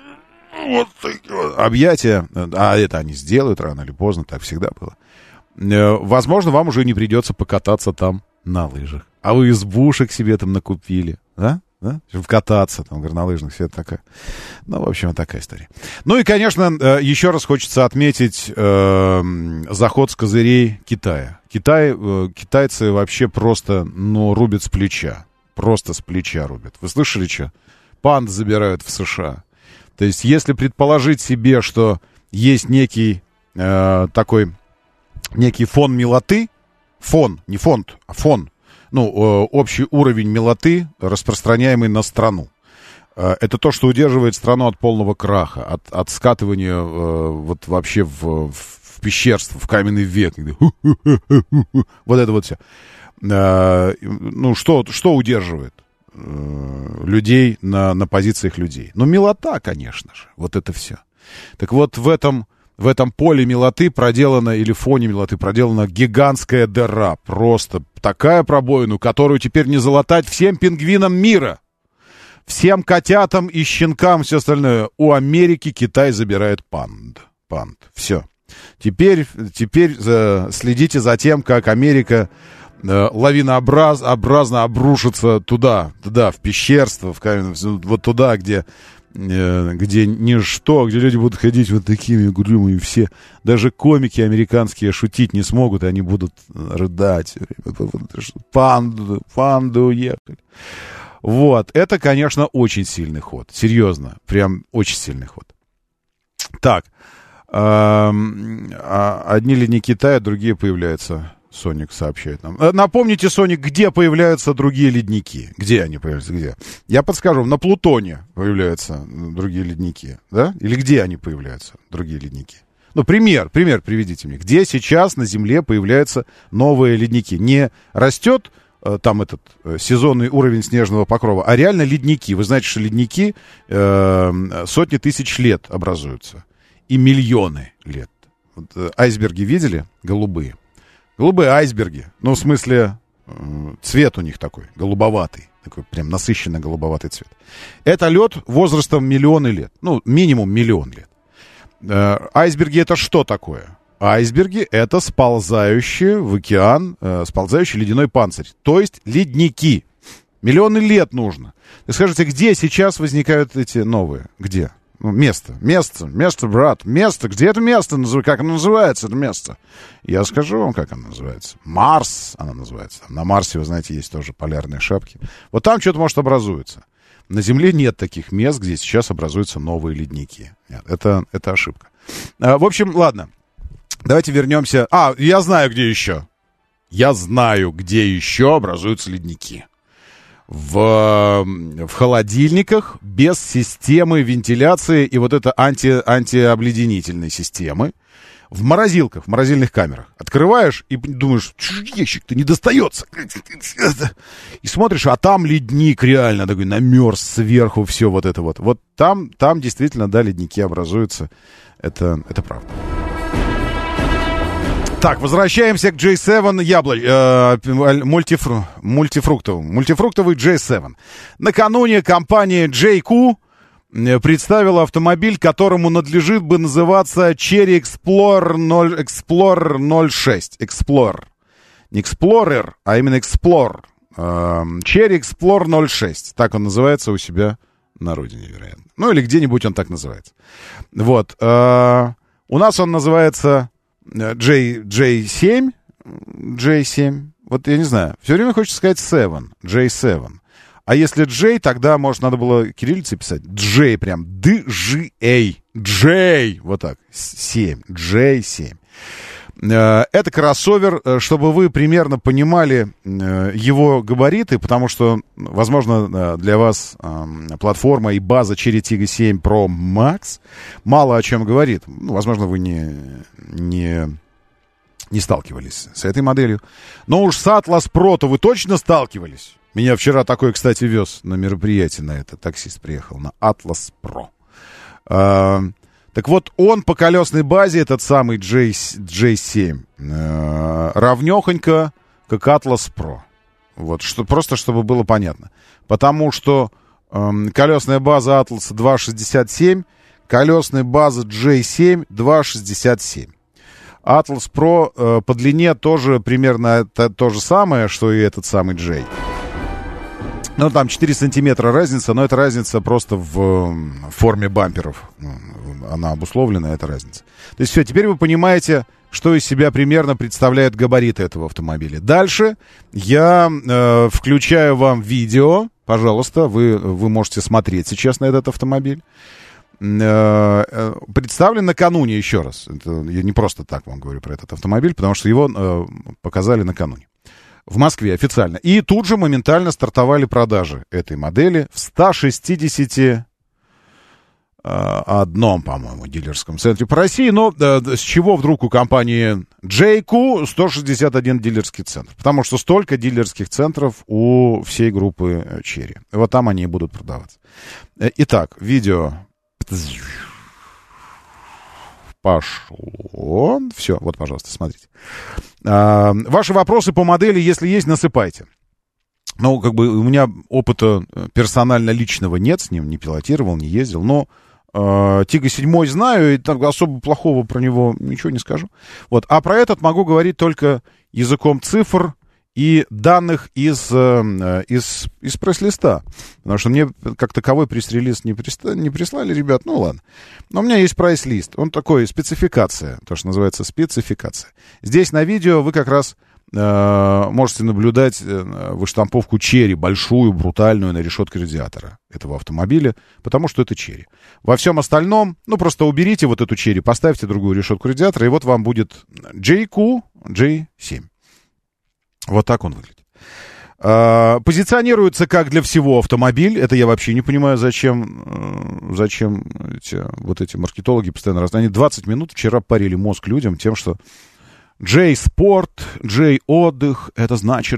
объятия, а это они сделают рано или поздно, так всегда было. Возможно, вам уже не придется покататься там на лыжах. А вы избушек себе там накупили, да? Чтобы кататься там, горнолыжных, все это такое. В общем, вот такая история. И, конечно, еще раз хочется отметить заход с козырей Китая. Китайцы вообще просто, рубят с плеча. Просто с плеча рубят. Вы слышали, что? Панд забирают в США. То есть, если предположить себе, что есть некий некий фон милоты, не фонд, а фон, общий уровень милоты, распространяемый на страну. Это то, что удерживает страну от полного краха, от скатывания вот вообще в пещерство, в каменный век. Вот это вот все. Что удерживает? людей на позициях людей. Ну, милота, конечно же, вот это все. Так вот, в этом поле милоты проделана, или фоне милоты проделана гигантская дыра. Просто такая пробоина, которую теперь не залатать всем пингвинам мира. Всем котятам и щенкам, все остальное. У Америки Китай забирает панд. Все. Теперь следите за тем, как Америка лавинообразно обрушится туда, в пещерство, вот туда, где ничто, где люди будут ходить вот такими угрюмыми все. Даже комики американские шутить не смогут, и они будут рыдать. Панды уехали. Вот, это, конечно, очень сильный ход. Серьезно, прям очень сильный ход. Так, одни ледники тают, другие появляются. Соник сообщает нам. Напомните, Соник, где появляются другие ледники? Где они появляются? Где? Я подскажу, на Плутоне появляются другие ледники, да? Или где они появляются, другие ледники? Ну, пример приведите мне. Где сейчас на Земле появляются новые ледники? Не растет там этот сезонный уровень снежного покрова, а реально ледники. Вы знаете, что ледники сотни тысяч лет образуются. И миллионы лет. Вот, айсберги видели? Голубые. Голубые айсберги. Ну, в смысле, цвет у них такой, голубоватый. Такой прям насыщенный голубоватый цвет. Это лед возрастом миллионы лет. Ну, минимум миллион лет. Айсберги — это что такое? Айсберги — это сползающий в океан, сползающий ледяной панцирь. То есть ледники. Миллионы лет нужно. Вы скажете, где сейчас возникают эти новые? Где? Место, брат, место. Где это место? Как оно называется, это место? Я скажу вам, как оно называется. Марс оно называется. На Марсе, вы знаете, есть тоже полярные шапки. Вот там что-то, может, образуется. На Земле нет таких мест, где сейчас образуются новые ледники. Нет, это ошибка. В общем, ладно. Давайте вернемся. Я знаю, где еще. Я знаю, где еще образуются ледники. В холодильниках без системы вентиляции и вот это антиобледенительной системы. В морозилках, в морозильных камерах. Открываешь и думаешь, ящик-то не достается. И смотришь, а там ледник реально такой намерз сверху, все вот это вот. Вот там действительно, да, ледники образуются. Это правда. Так, возвращаемся к J7 мультифруктовый J7. Накануне компания JQ представила автомобиль, которому надлежит бы называться Cherry Explorer 06. Explorer. Не Explorer, а именно Explorer. Cherry Explorer 06. Так он называется у себя на родине, вероятно. Ну, или где-нибудь он так называется. Вот. У нас он называется J7. Вот я не знаю. Все время хочется сказать 7. J7. А если J, тогда, может, надо было кириллицей писать. J прям. D-G-A. J. Вот так. 7. J7. Это кроссовер, чтобы вы примерно понимали его габариты, потому что, возможно, для вас платформа и база Cherry Tiggo 7 Pro Max мало о чем говорит. Возможно, вы не сталкивались с этой моделью. Но уж с Atlas Pro-то вы точно сталкивались. Меня вчера такой, кстати, вез на мероприятие на это. Таксист приехал на Atlas Pro. Так вот, он по колесной базе, этот самый J7, равнёхонько, как Atlas Pro. Вот, просто чтобы было понятно. Потому что колесная база Atlas 2.67, колесная база J7 2.67. Atlas Pro по длине тоже примерно то же самое, что и этот самый J. Ну, там 4 сантиметра разница, но это разница просто в форме бамперов. Она обусловлена, эта разница. То есть все, теперь вы понимаете, что из себя примерно представляют габариты этого автомобиля. Дальше я включаю вам видео. Пожалуйста, вы можете смотреть сейчас на этот автомобиль. Представлен накануне, еще раз. Я не просто так вам говорю про этот автомобиль, потому что его показали накануне. В Москве официально. И тут же моментально стартовали продажи этой модели в 160 одном, по-моему, дилерском центре по России. Но с чего вдруг у компании JQ 161 дилерский центр? Потому что столько дилерских центров у всей группы Cherry. Вот там они и будут продаваться. Итак, видео пошло. Все, вот, пожалуйста, смотрите. Ваши вопросы по модели, если есть, насыпайте. Ну, как бы у меня опыта персонально личного нет с ним, не пилотировал, не ездил, но Тига 7 знаю, и так особо плохого про него ничего не скажу. Вот. А про этот могу говорить только языком цифр и данных из пресс-листа. Потому что мне как таковой пресс-релиз не прислали, ребят, ну ладно. Но у меня есть прайс-лист, он такой, спецификация, то, что называется спецификация. Здесь на видео вы как раз можете наблюдать выштамповку Cherry, большую, брутальную, на решетке радиатора этого автомобиля, потому что это Cherry. Во всем остальном, ну, просто уберите вот эту Cherry, поставьте другую решетку радиатора, и вот вам будет JQ J7. Вот так он выглядит. Позиционируется как для всего автомобиль. Это я вообще не понимаю, зачем эти маркетологи постоянно раздают. Они 20 минут вчера парили мозг людям тем, что J-спорт, J-отдых, это значит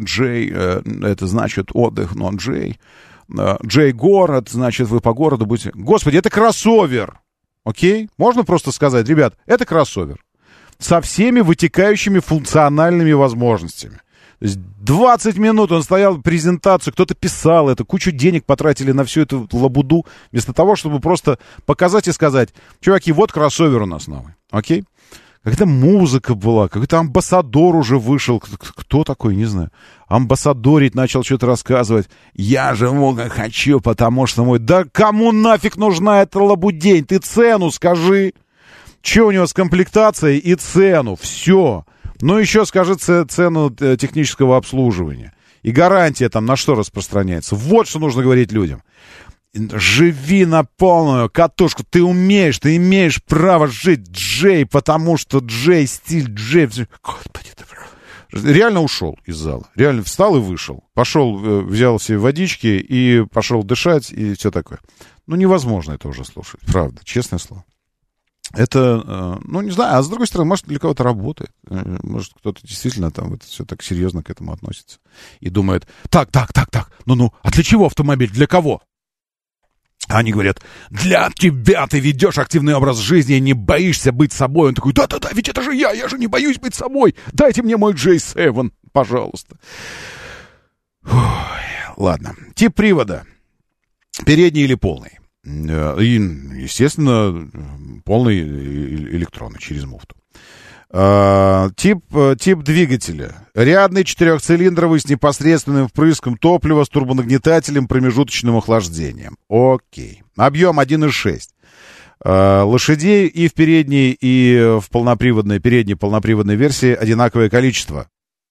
отдых, но J. J-город, значит, вы по городу будете... Господи, это кроссовер! Окей? Можно просто сказать, ребят, это кроссовер. Со всеми вытекающими функциональными возможностями. То есть 20 минут он стоял, презентацию, кто-то писал это, кучу денег потратили на всю эту лабуду, вместо того, чтобы просто показать и сказать, чуваки, вот кроссовер у нас новый. Окей? Какая-то музыка была, какой-то амбассадор уже вышел. Кто такой, не знаю. Амбассадорить начал что-то рассказывать. Я же много хочу, потому что мой... Да кому нафиг нужна эта лабудень? Ты цену скажи. Че у него с комплектацией и цену? Все. Ну еще скажи цену технического обслуживания. И гарантия там на что распространяется. Вот что нужно говорить людям. Живи на полную катушку. Ты умеешь, ты имеешь право жить, Джей, потому что Джей, стиль Джей. Господи, реально ушел из зала. Реально встал и вышел. Пошел, взял себе водички и пошел дышать и все такое. Ну, невозможно это уже слушать. Правда, честное слово. Это, ну, не знаю, а с другой стороны, может, для кого-то работает. Может, кто-то действительно там вот все так серьезно к этому относится. И думает, так, ну, а для чего автомобиль, для кого? Они говорят, для тебя, ты ведешь активный образ жизни и не боишься быть собой. Он такой, да-да-да, ведь это же я же не боюсь быть собой. Дайте мне мой J7, пожалуйста. Ой, ладно. Тип привода. Передний или полный? И, естественно, полный электронный через муфту. Тип двигателя. Рядный четырехцилиндровый с непосредственным впрыском топлива с турбонагнетателем промежуточным охлаждением. Окей. Объем 1,6. Лошадей и в передней, и в передней полноприводной версии одинаковое количество.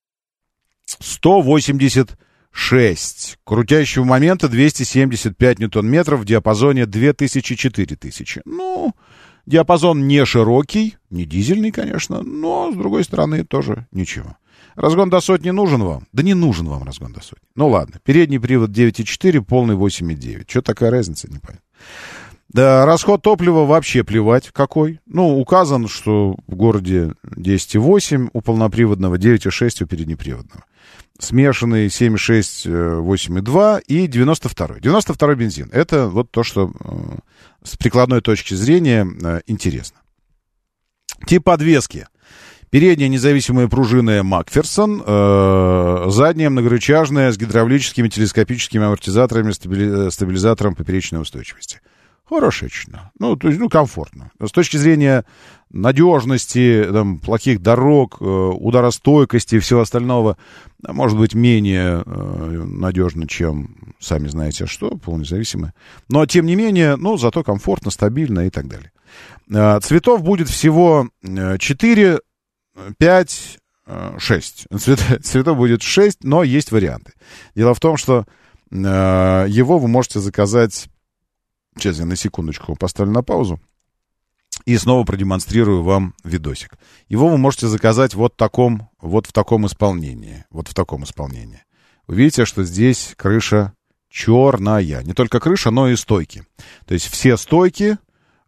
186. Крутящего момента 275 ньютон-метров в диапазоне 2000-4000. Ну... Диапазон не широкий, не дизельный, конечно, но, с другой стороны, тоже ничего. Разгон до сотни нужен вам? Да не нужен вам разгон до сотни. Ну ладно, передний привод 9,4, полный 8,9. Что такая разница, не понятно. Да, расход топлива вообще плевать какой. Ну, указан, что в городе 10,8 у полноприводного, 9,6 у переднеприводного. Смешанный 7,6, 8,2 и 92-й. 92-й бензин. Это вот то, что с прикладной точки зрения интересно. Тип подвески. Передняя независимая пружинная Макферсон, задняя многорычажная с гидравлическими телескопическими амортизаторами, стабилизатором поперечной устойчивости. Хорошечно. Ну, то есть, комфортно. С точки зрения надежности, там, плохих дорог, ударостойкости и всего остального, может быть, менее надежно, чем, сами знаете что, полнезависимое. Но, тем не менее, зато комфортно, стабильно и так далее. Цветов будет всего 4, 5, 6. Цветов будет 6, но есть варианты. Дело в том, что его вы можете заказать... Сейчас я на секундочку поставлю на паузу и снова продемонстрирую вам видосик. Его вы можете заказать вот в таком исполнении. Вот в таком исполнении. Вы видите, что здесь крыша черная. Не только крыша, но и стойки. То есть все стойки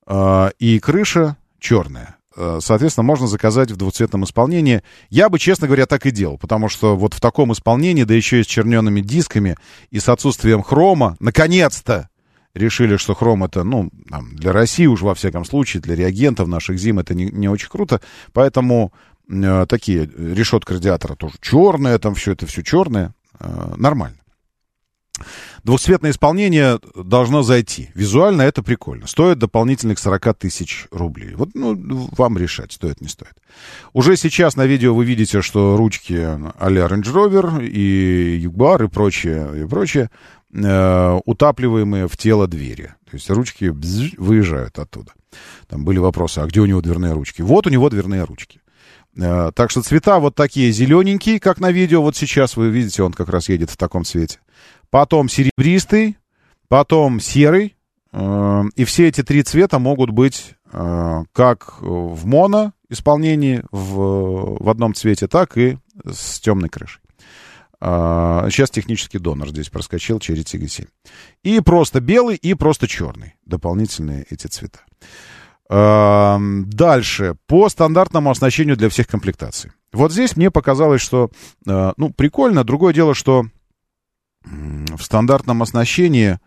и крыша черная. Соответственно, можно заказать в двухцветном исполнении. Я бы, честно говоря, так и делал, потому что вот в таком исполнении, да еще и с черненными дисками и с отсутствием хрома, наконец-то решили, что хром это, ну, для России уж во всяком случае, для реагентов наших зим это не очень круто, поэтому такие, решетка радиатора тоже черная, там все это все черное, нормально. Двухцветное исполнение должно зайти. Визуально это прикольно. Стоит дополнительных 40 тысяч рублей. Вот, ну, вам решать, стоит, не стоит. Уже сейчас на видео вы видите, что ручки а-ля Range Rover и Jaguar и прочее, утапливаемые в тело двери. То есть ручки выезжают оттуда. Там были вопросы, а где у него дверные ручки? Вот у него дверные ручки. Так что цвета вот такие зелененькие, как на видео. Вот сейчас вы видите, он как раз едет в таком цвете. Потом серебристый, потом серый. И все эти три цвета могут быть как в моно исполнении в одном цвете, так и с темной крышей. Сейчас технический донор здесь проскочил через TG7. И просто белый, и просто черный. Дополнительные эти цвета. Дальше. По стандартному оснащению для всех комплектаций. Вот здесь мне показалось, что ну, прикольно. Другое дело, что в стандартном оснащении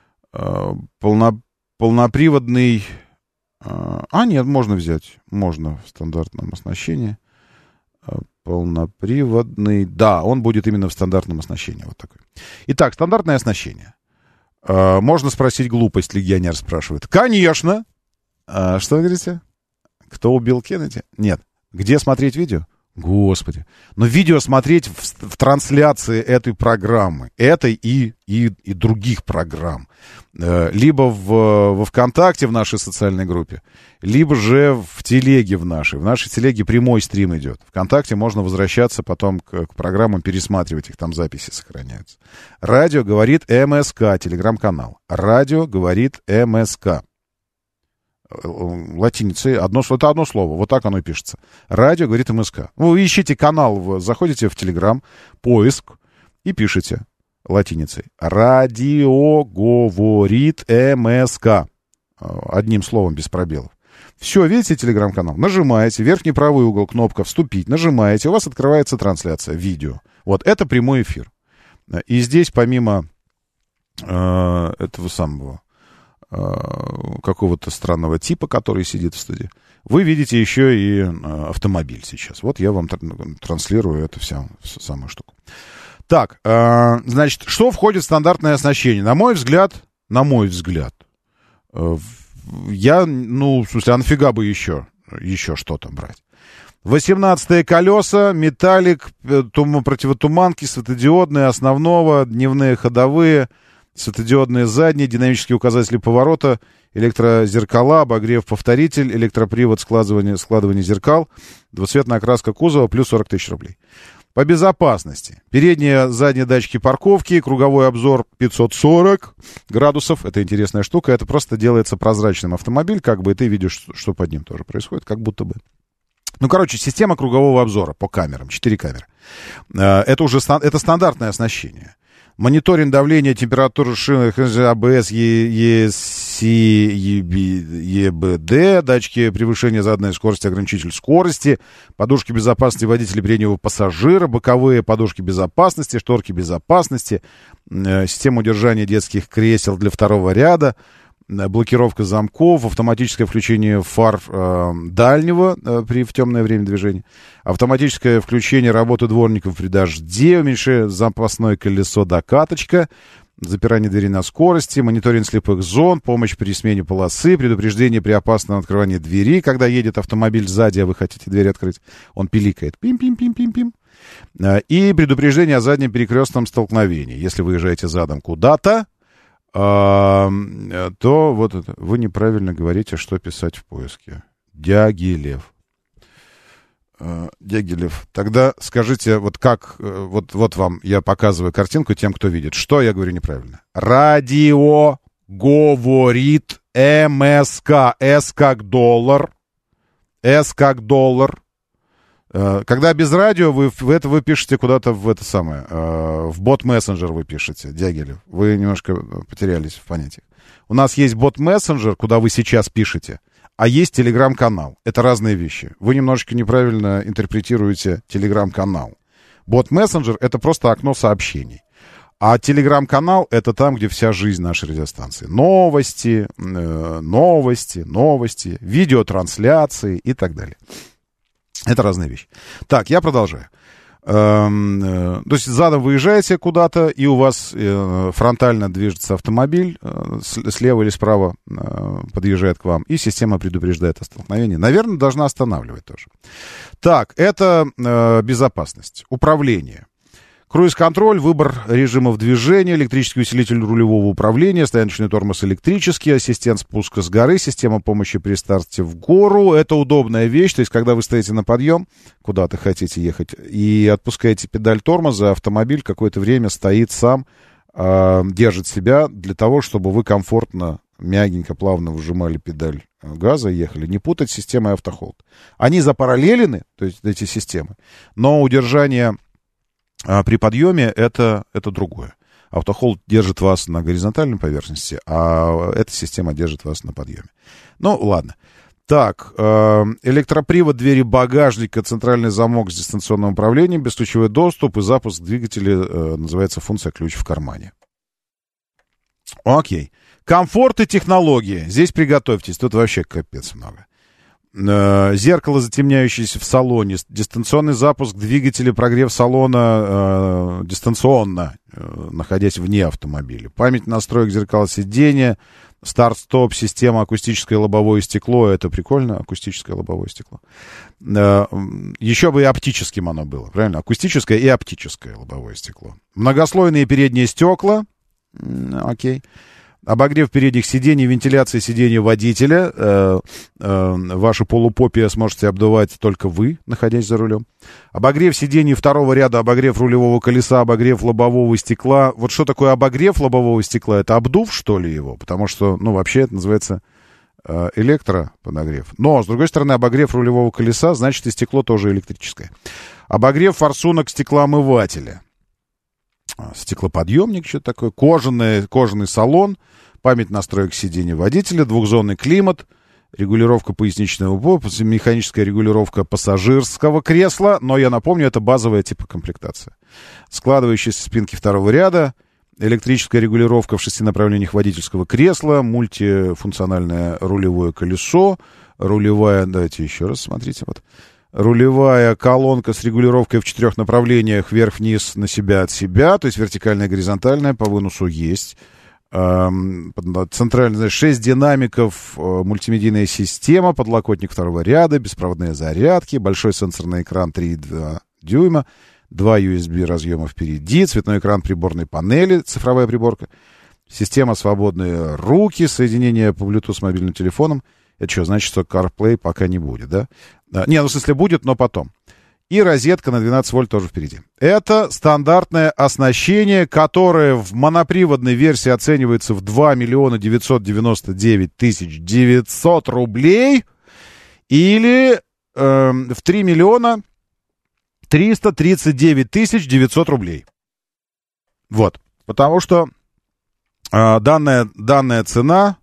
полноприводный... нет, можно взять. Можно в стандартном оснащении. Полноприводный... Да, он будет именно в стандартном оснащении. Вот такой. Итак, стандартное оснащение. Можно спросить глупость, легионер спрашивает. Конечно! Что вы говорите? Кто убил Кеннеди? Нет. Где смотреть видео? Господи. Но видео смотреть в трансляции этой программы. Этой и других программ. Либо во ВКонтакте в нашей социальной группе, либо же в телеге в нашей. В нашей телеге прямой стрим идет. ВКонтакте можно возвращаться потом к программам, пересматривать их, там записи сохраняются. Радио говорит МСК, телеграм-канал. Радио говорит МСК. Латиницей, это одно слово, вот так оно и пишется. Радио говорит МСК. Вы ищите канал, заходите в Телеграм, поиск и пишите латиницей. Радио говорит МСК. Одним словом, без пробелов. Все, видите Телеграм-канал? Нажимаете, верхний правый угол, кнопка «Вступить», нажимаете, у вас открывается трансляция, видео. Вот, это прямой эфир. И здесь помимо этого самого какого-то странного типа, который сидит в студии, вы видите еще и автомобиль сейчас. Вот я вам транслирую эту самую штуку. Так, значит, что входит в стандартное оснащение? На мой взгляд, я, в смысле, а нафига бы еще что-то брать? 18-е колеса, металлик, противотуманки, светодиодные, основного, дневные ходовые, светодиодные задние, динамические указатели поворота, электрозеркала, обогрев, повторитель, электропривод, складывание зеркал, двуцветная окраска кузова, плюс 40 тысяч рублей. По безопасности. Передние, задние датчики парковки, круговой обзор 540 градусов. Это интересная штука. Это просто делается прозрачным автомобиль, как бы, и ты видишь, что под ним тоже происходит, как будто бы. Система кругового обзора по камерам, 4 камеры. Это стандартное оснащение. Мониторинг давления, температуры шин, АБС, ЕСИ, ЕБД, датчики превышения заданной скорости, ограничитель скорости, подушки безопасности водителя переднего пассажира, боковые подушки безопасности, шторки безопасности, система удержания детских кресел для второго ряда, блокировка замков, автоматическое включение фар дальнего в темное время движения, автоматическое включение работы дворников при дожде, уменьшение запасное колесо докаточка, запирание двери на скорости, мониторинг слепых зон, помощь при смене полосы, предупреждение при опасном открывании двери, когда едет автомобиль сзади, а вы хотите дверь открыть, он пиликает, пим-пим-пим-пим-пим, и предупреждение о заднем перекрестном столкновении. Если вы езжаете задом куда-то, то вот это, вы неправильно говорите, что писать в поиске. Дягилев. Тогда скажите, вот как, вот вам я показываю картинку тем, кто видит. Что я говорю неправильно? Радио говорит МСК. С как доллар. С как доллар. Когда без радио, вы пишете куда-то в бот-мессенджер вы пишете, Дягилев. Вы немножко потерялись в понятиях. У нас есть бот-мессенджер, куда вы сейчас пишете, а есть телеграм-канал. Это разные вещи. Вы немножечко неправильно интерпретируете телеграм-канал. Бот-мессенджер — это просто окно сообщений. А телеграм-канал — это там, где вся жизнь нашей радиостанции. Новости, видеотрансляции и так далее. Это разные вещи. Так, я продолжаю. То есть задом выезжаете куда-то, и у вас фронтально движется автомобиль, слева или справа подъезжает к вам, и система предупреждает о столкновении. Наверное, должна останавливать тоже. Так, это безопасность, управление. Круиз-контроль, выбор режимов движения, электрический усилитель рулевого управления, стояночный тормоз электрический, ассистент спуска с горы, система помощи при старте в гору. Это удобная вещь, то есть когда вы стоите на подъем, куда-то хотите ехать, и отпускаете педаль тормоза, автомобиль какое-то время стоит сам, держит себя для того, чтобы вы комфортно, мягенько, плавно выжимали педаль газа и ехали. Не путать с системой автохолд. Они запараллелены, то есть эти системы, но удержание при подъеме это другое. Автохолд держит вас на горизонтальной поверхности, а эта система держит вас на подъеме. Ну, ладно. Так, электропривод двери багажника, центральный замок с дистанционным управлением, бесключевой доступ и запуск двигателя, называется функция ключ в кармане. Окей. Комфорт и технологии. Здесь приготовьтесь, тут вообще капец много. Зеркало, затемняющееся в салоне, дистанционный запуск двигателя, прогрев салона дистанционно, находясь вне автомобиля. Память настроек зеркала сидения, старт-стоп, система акустическое лобовое стекло. Это прикольно, акустическое лобовое стекло. Еще бы и оптическим оно было, правильно? Акустическое и оптическое лобовое стекло. Многослойные передние стекла. Окей. Обогрев передних сидений, вентиляция сидений водителя. Ваши полупопия сможете обдувать только вы, находясь за рулем. Обогрев сидений второго ряда, обогрев рулевого колеса, обогрев лобового стекла. Вот что такое обогрев лобового стекла? Это обдув, что ли, его? Потому что, вообще это называется электроподогрев. Но, с другой стороны, обогрев рулевого колеса, значит, и стекло тоже электрическое. Обогрев форсунок стеклоомывателя. Стеклоподъемник, что-то такое, кожаный салон, память настроек сидения водителя, двухзонный климат, регулировка поясничного пояса, механическая регулировка пассажирского кресла, но я напомню, это базовая типа комплектация. Складывающиеся спинки второго ряда, электрическая регулировка в 6 направлениях водительского кресла, мультифункциональное рулевое колесо, рулевая, давайте еще раз смотрите, вот. Рулевая колонка с регулировкой в 4 направлениях, вверх-вниз, на себя, от себя, то есть вертикальная, горизонтальная, по выносу есть. Центральная, 6 динамиков, мультимедийная система, подлокотник второго ряда, беспроводные зарядки, большой сенсорный экран 3,2 дюйма, 2 USB разъема впереди, цветной экран приборной панели, цифровая приборка, система «Свободные руки», соединение по Bluetooth с мобильным телефоном. Это что, значит, что CarPlay пока не будет, да? Не, в смысле будет, но потом. И розетка на 12 вольт тоже впереди. Это стандартное оснащение, которое в моноприводной версии оценивается в 2 999 900 рублей или в 3 339 900 рублей. Вот. Потому что данная цена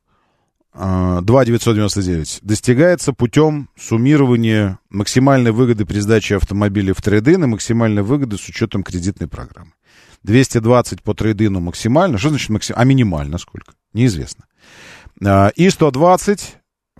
2,999 достигается путем суммирования максимальной выгоды при сдаче автомобиля в трейд-ин и максимальной выгоды с учетом кредитной программы. 220 по трейд-ину максимально. Что значит максимально? А минимально сколько? Неизвестно. И 120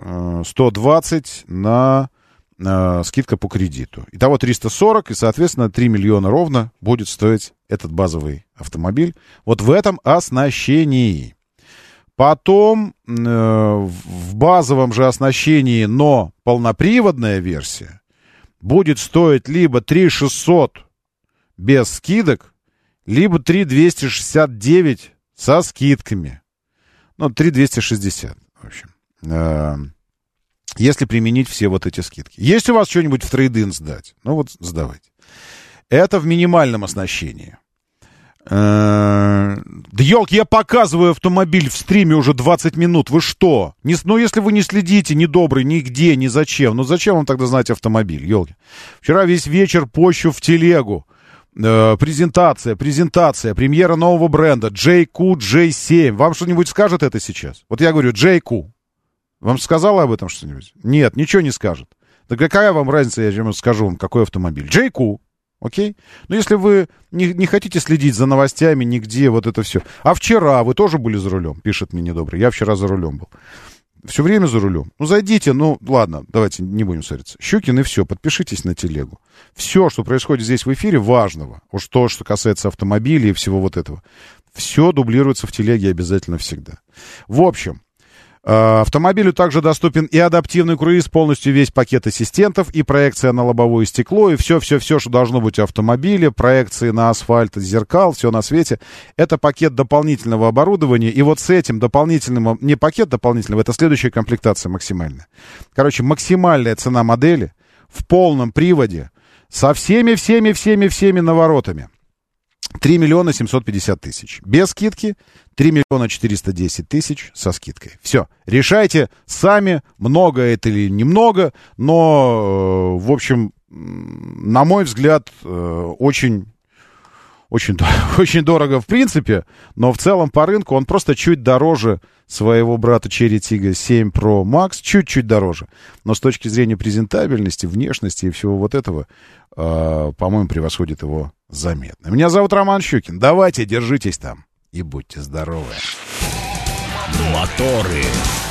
на скидка по кредиту. Итого 340, и, соответственно, 3 миллиона ровно будет стоить этот базовый автомобиль. Вот в этом оснащении. Потом в базовом же оснащении, но полноприводная версия, будет стоить либо 3600 без скидок, либо 3269 со скидками. 3260, в общем. Если применить все вот эти скидки. Есть у вас что-нибудь в трейд-ин сдать? Сдавайте. Это в минимальном оснащении. Да елки, я показываю автомобиль в стриме уже 20 минут. Вы что? Если вы не следите, ни добрый, нигде, ни зачем. Зачем вам тогда знать автомобиль, елки? Вчера весь вечер пощу в телегу. презентация, премьера нового бренда JQ J7. Вам что-нибудь скажет это сейчас? Вот я говорю, JQ. Вам сказала об этом что-нибудь? Нет, ничего не скажет. Да какая вам разница, я ему скажу вам, какой автомобиль? JQ. Окей? Но если вы не хотите следить за новостями нигде, вот это все. А вчера вы тоже были за рулем, пишет мне недобрый. Я вчера за рулем был. Все время за рулем. Ну, зайдите, ну, ладно, давайте не будем ссориться. Щукин и все, подпишитесь на телегу. Все, что происходит здесь в эфире, важного. Уж то, что касается автомобилей и всего вот этого. Все дублируется в телеге обязательно всегда. В общем, автомобилю также доступен и адаптивный круиз, полностью весь пакет ассистентов, и проекция на лобовое стекло, и все-все-все, что должно быть в автомобиле, проекции на асфальт, зеркал, все на свете. Это пакет дополнительного оборудования, и вот с этим дополнительным, не пакет дополнительного, это следующая комплектация максимальная. Короче, максимальная цена модели в полном приводе со всеми наворотами. 3 миллиона 750 тысяч. Без скидки 3 миллиона 410 тысяч со скидкой. Все. Решайте сами, много это или немного, но, в общем, на мой взгляд, очень дорого в принципе, но в целом по рынку он просто чуть дороже своего брата Cherry Tiggo 7 Pro Max, чуть-чуть дороже. Но с точки зрения презентабельности, внешности и всего вот этого, по-моему, превосходит его заметно. Меня зовут Роман Щукин. Давайте, держитесь там и будьте здоровы. Моторы.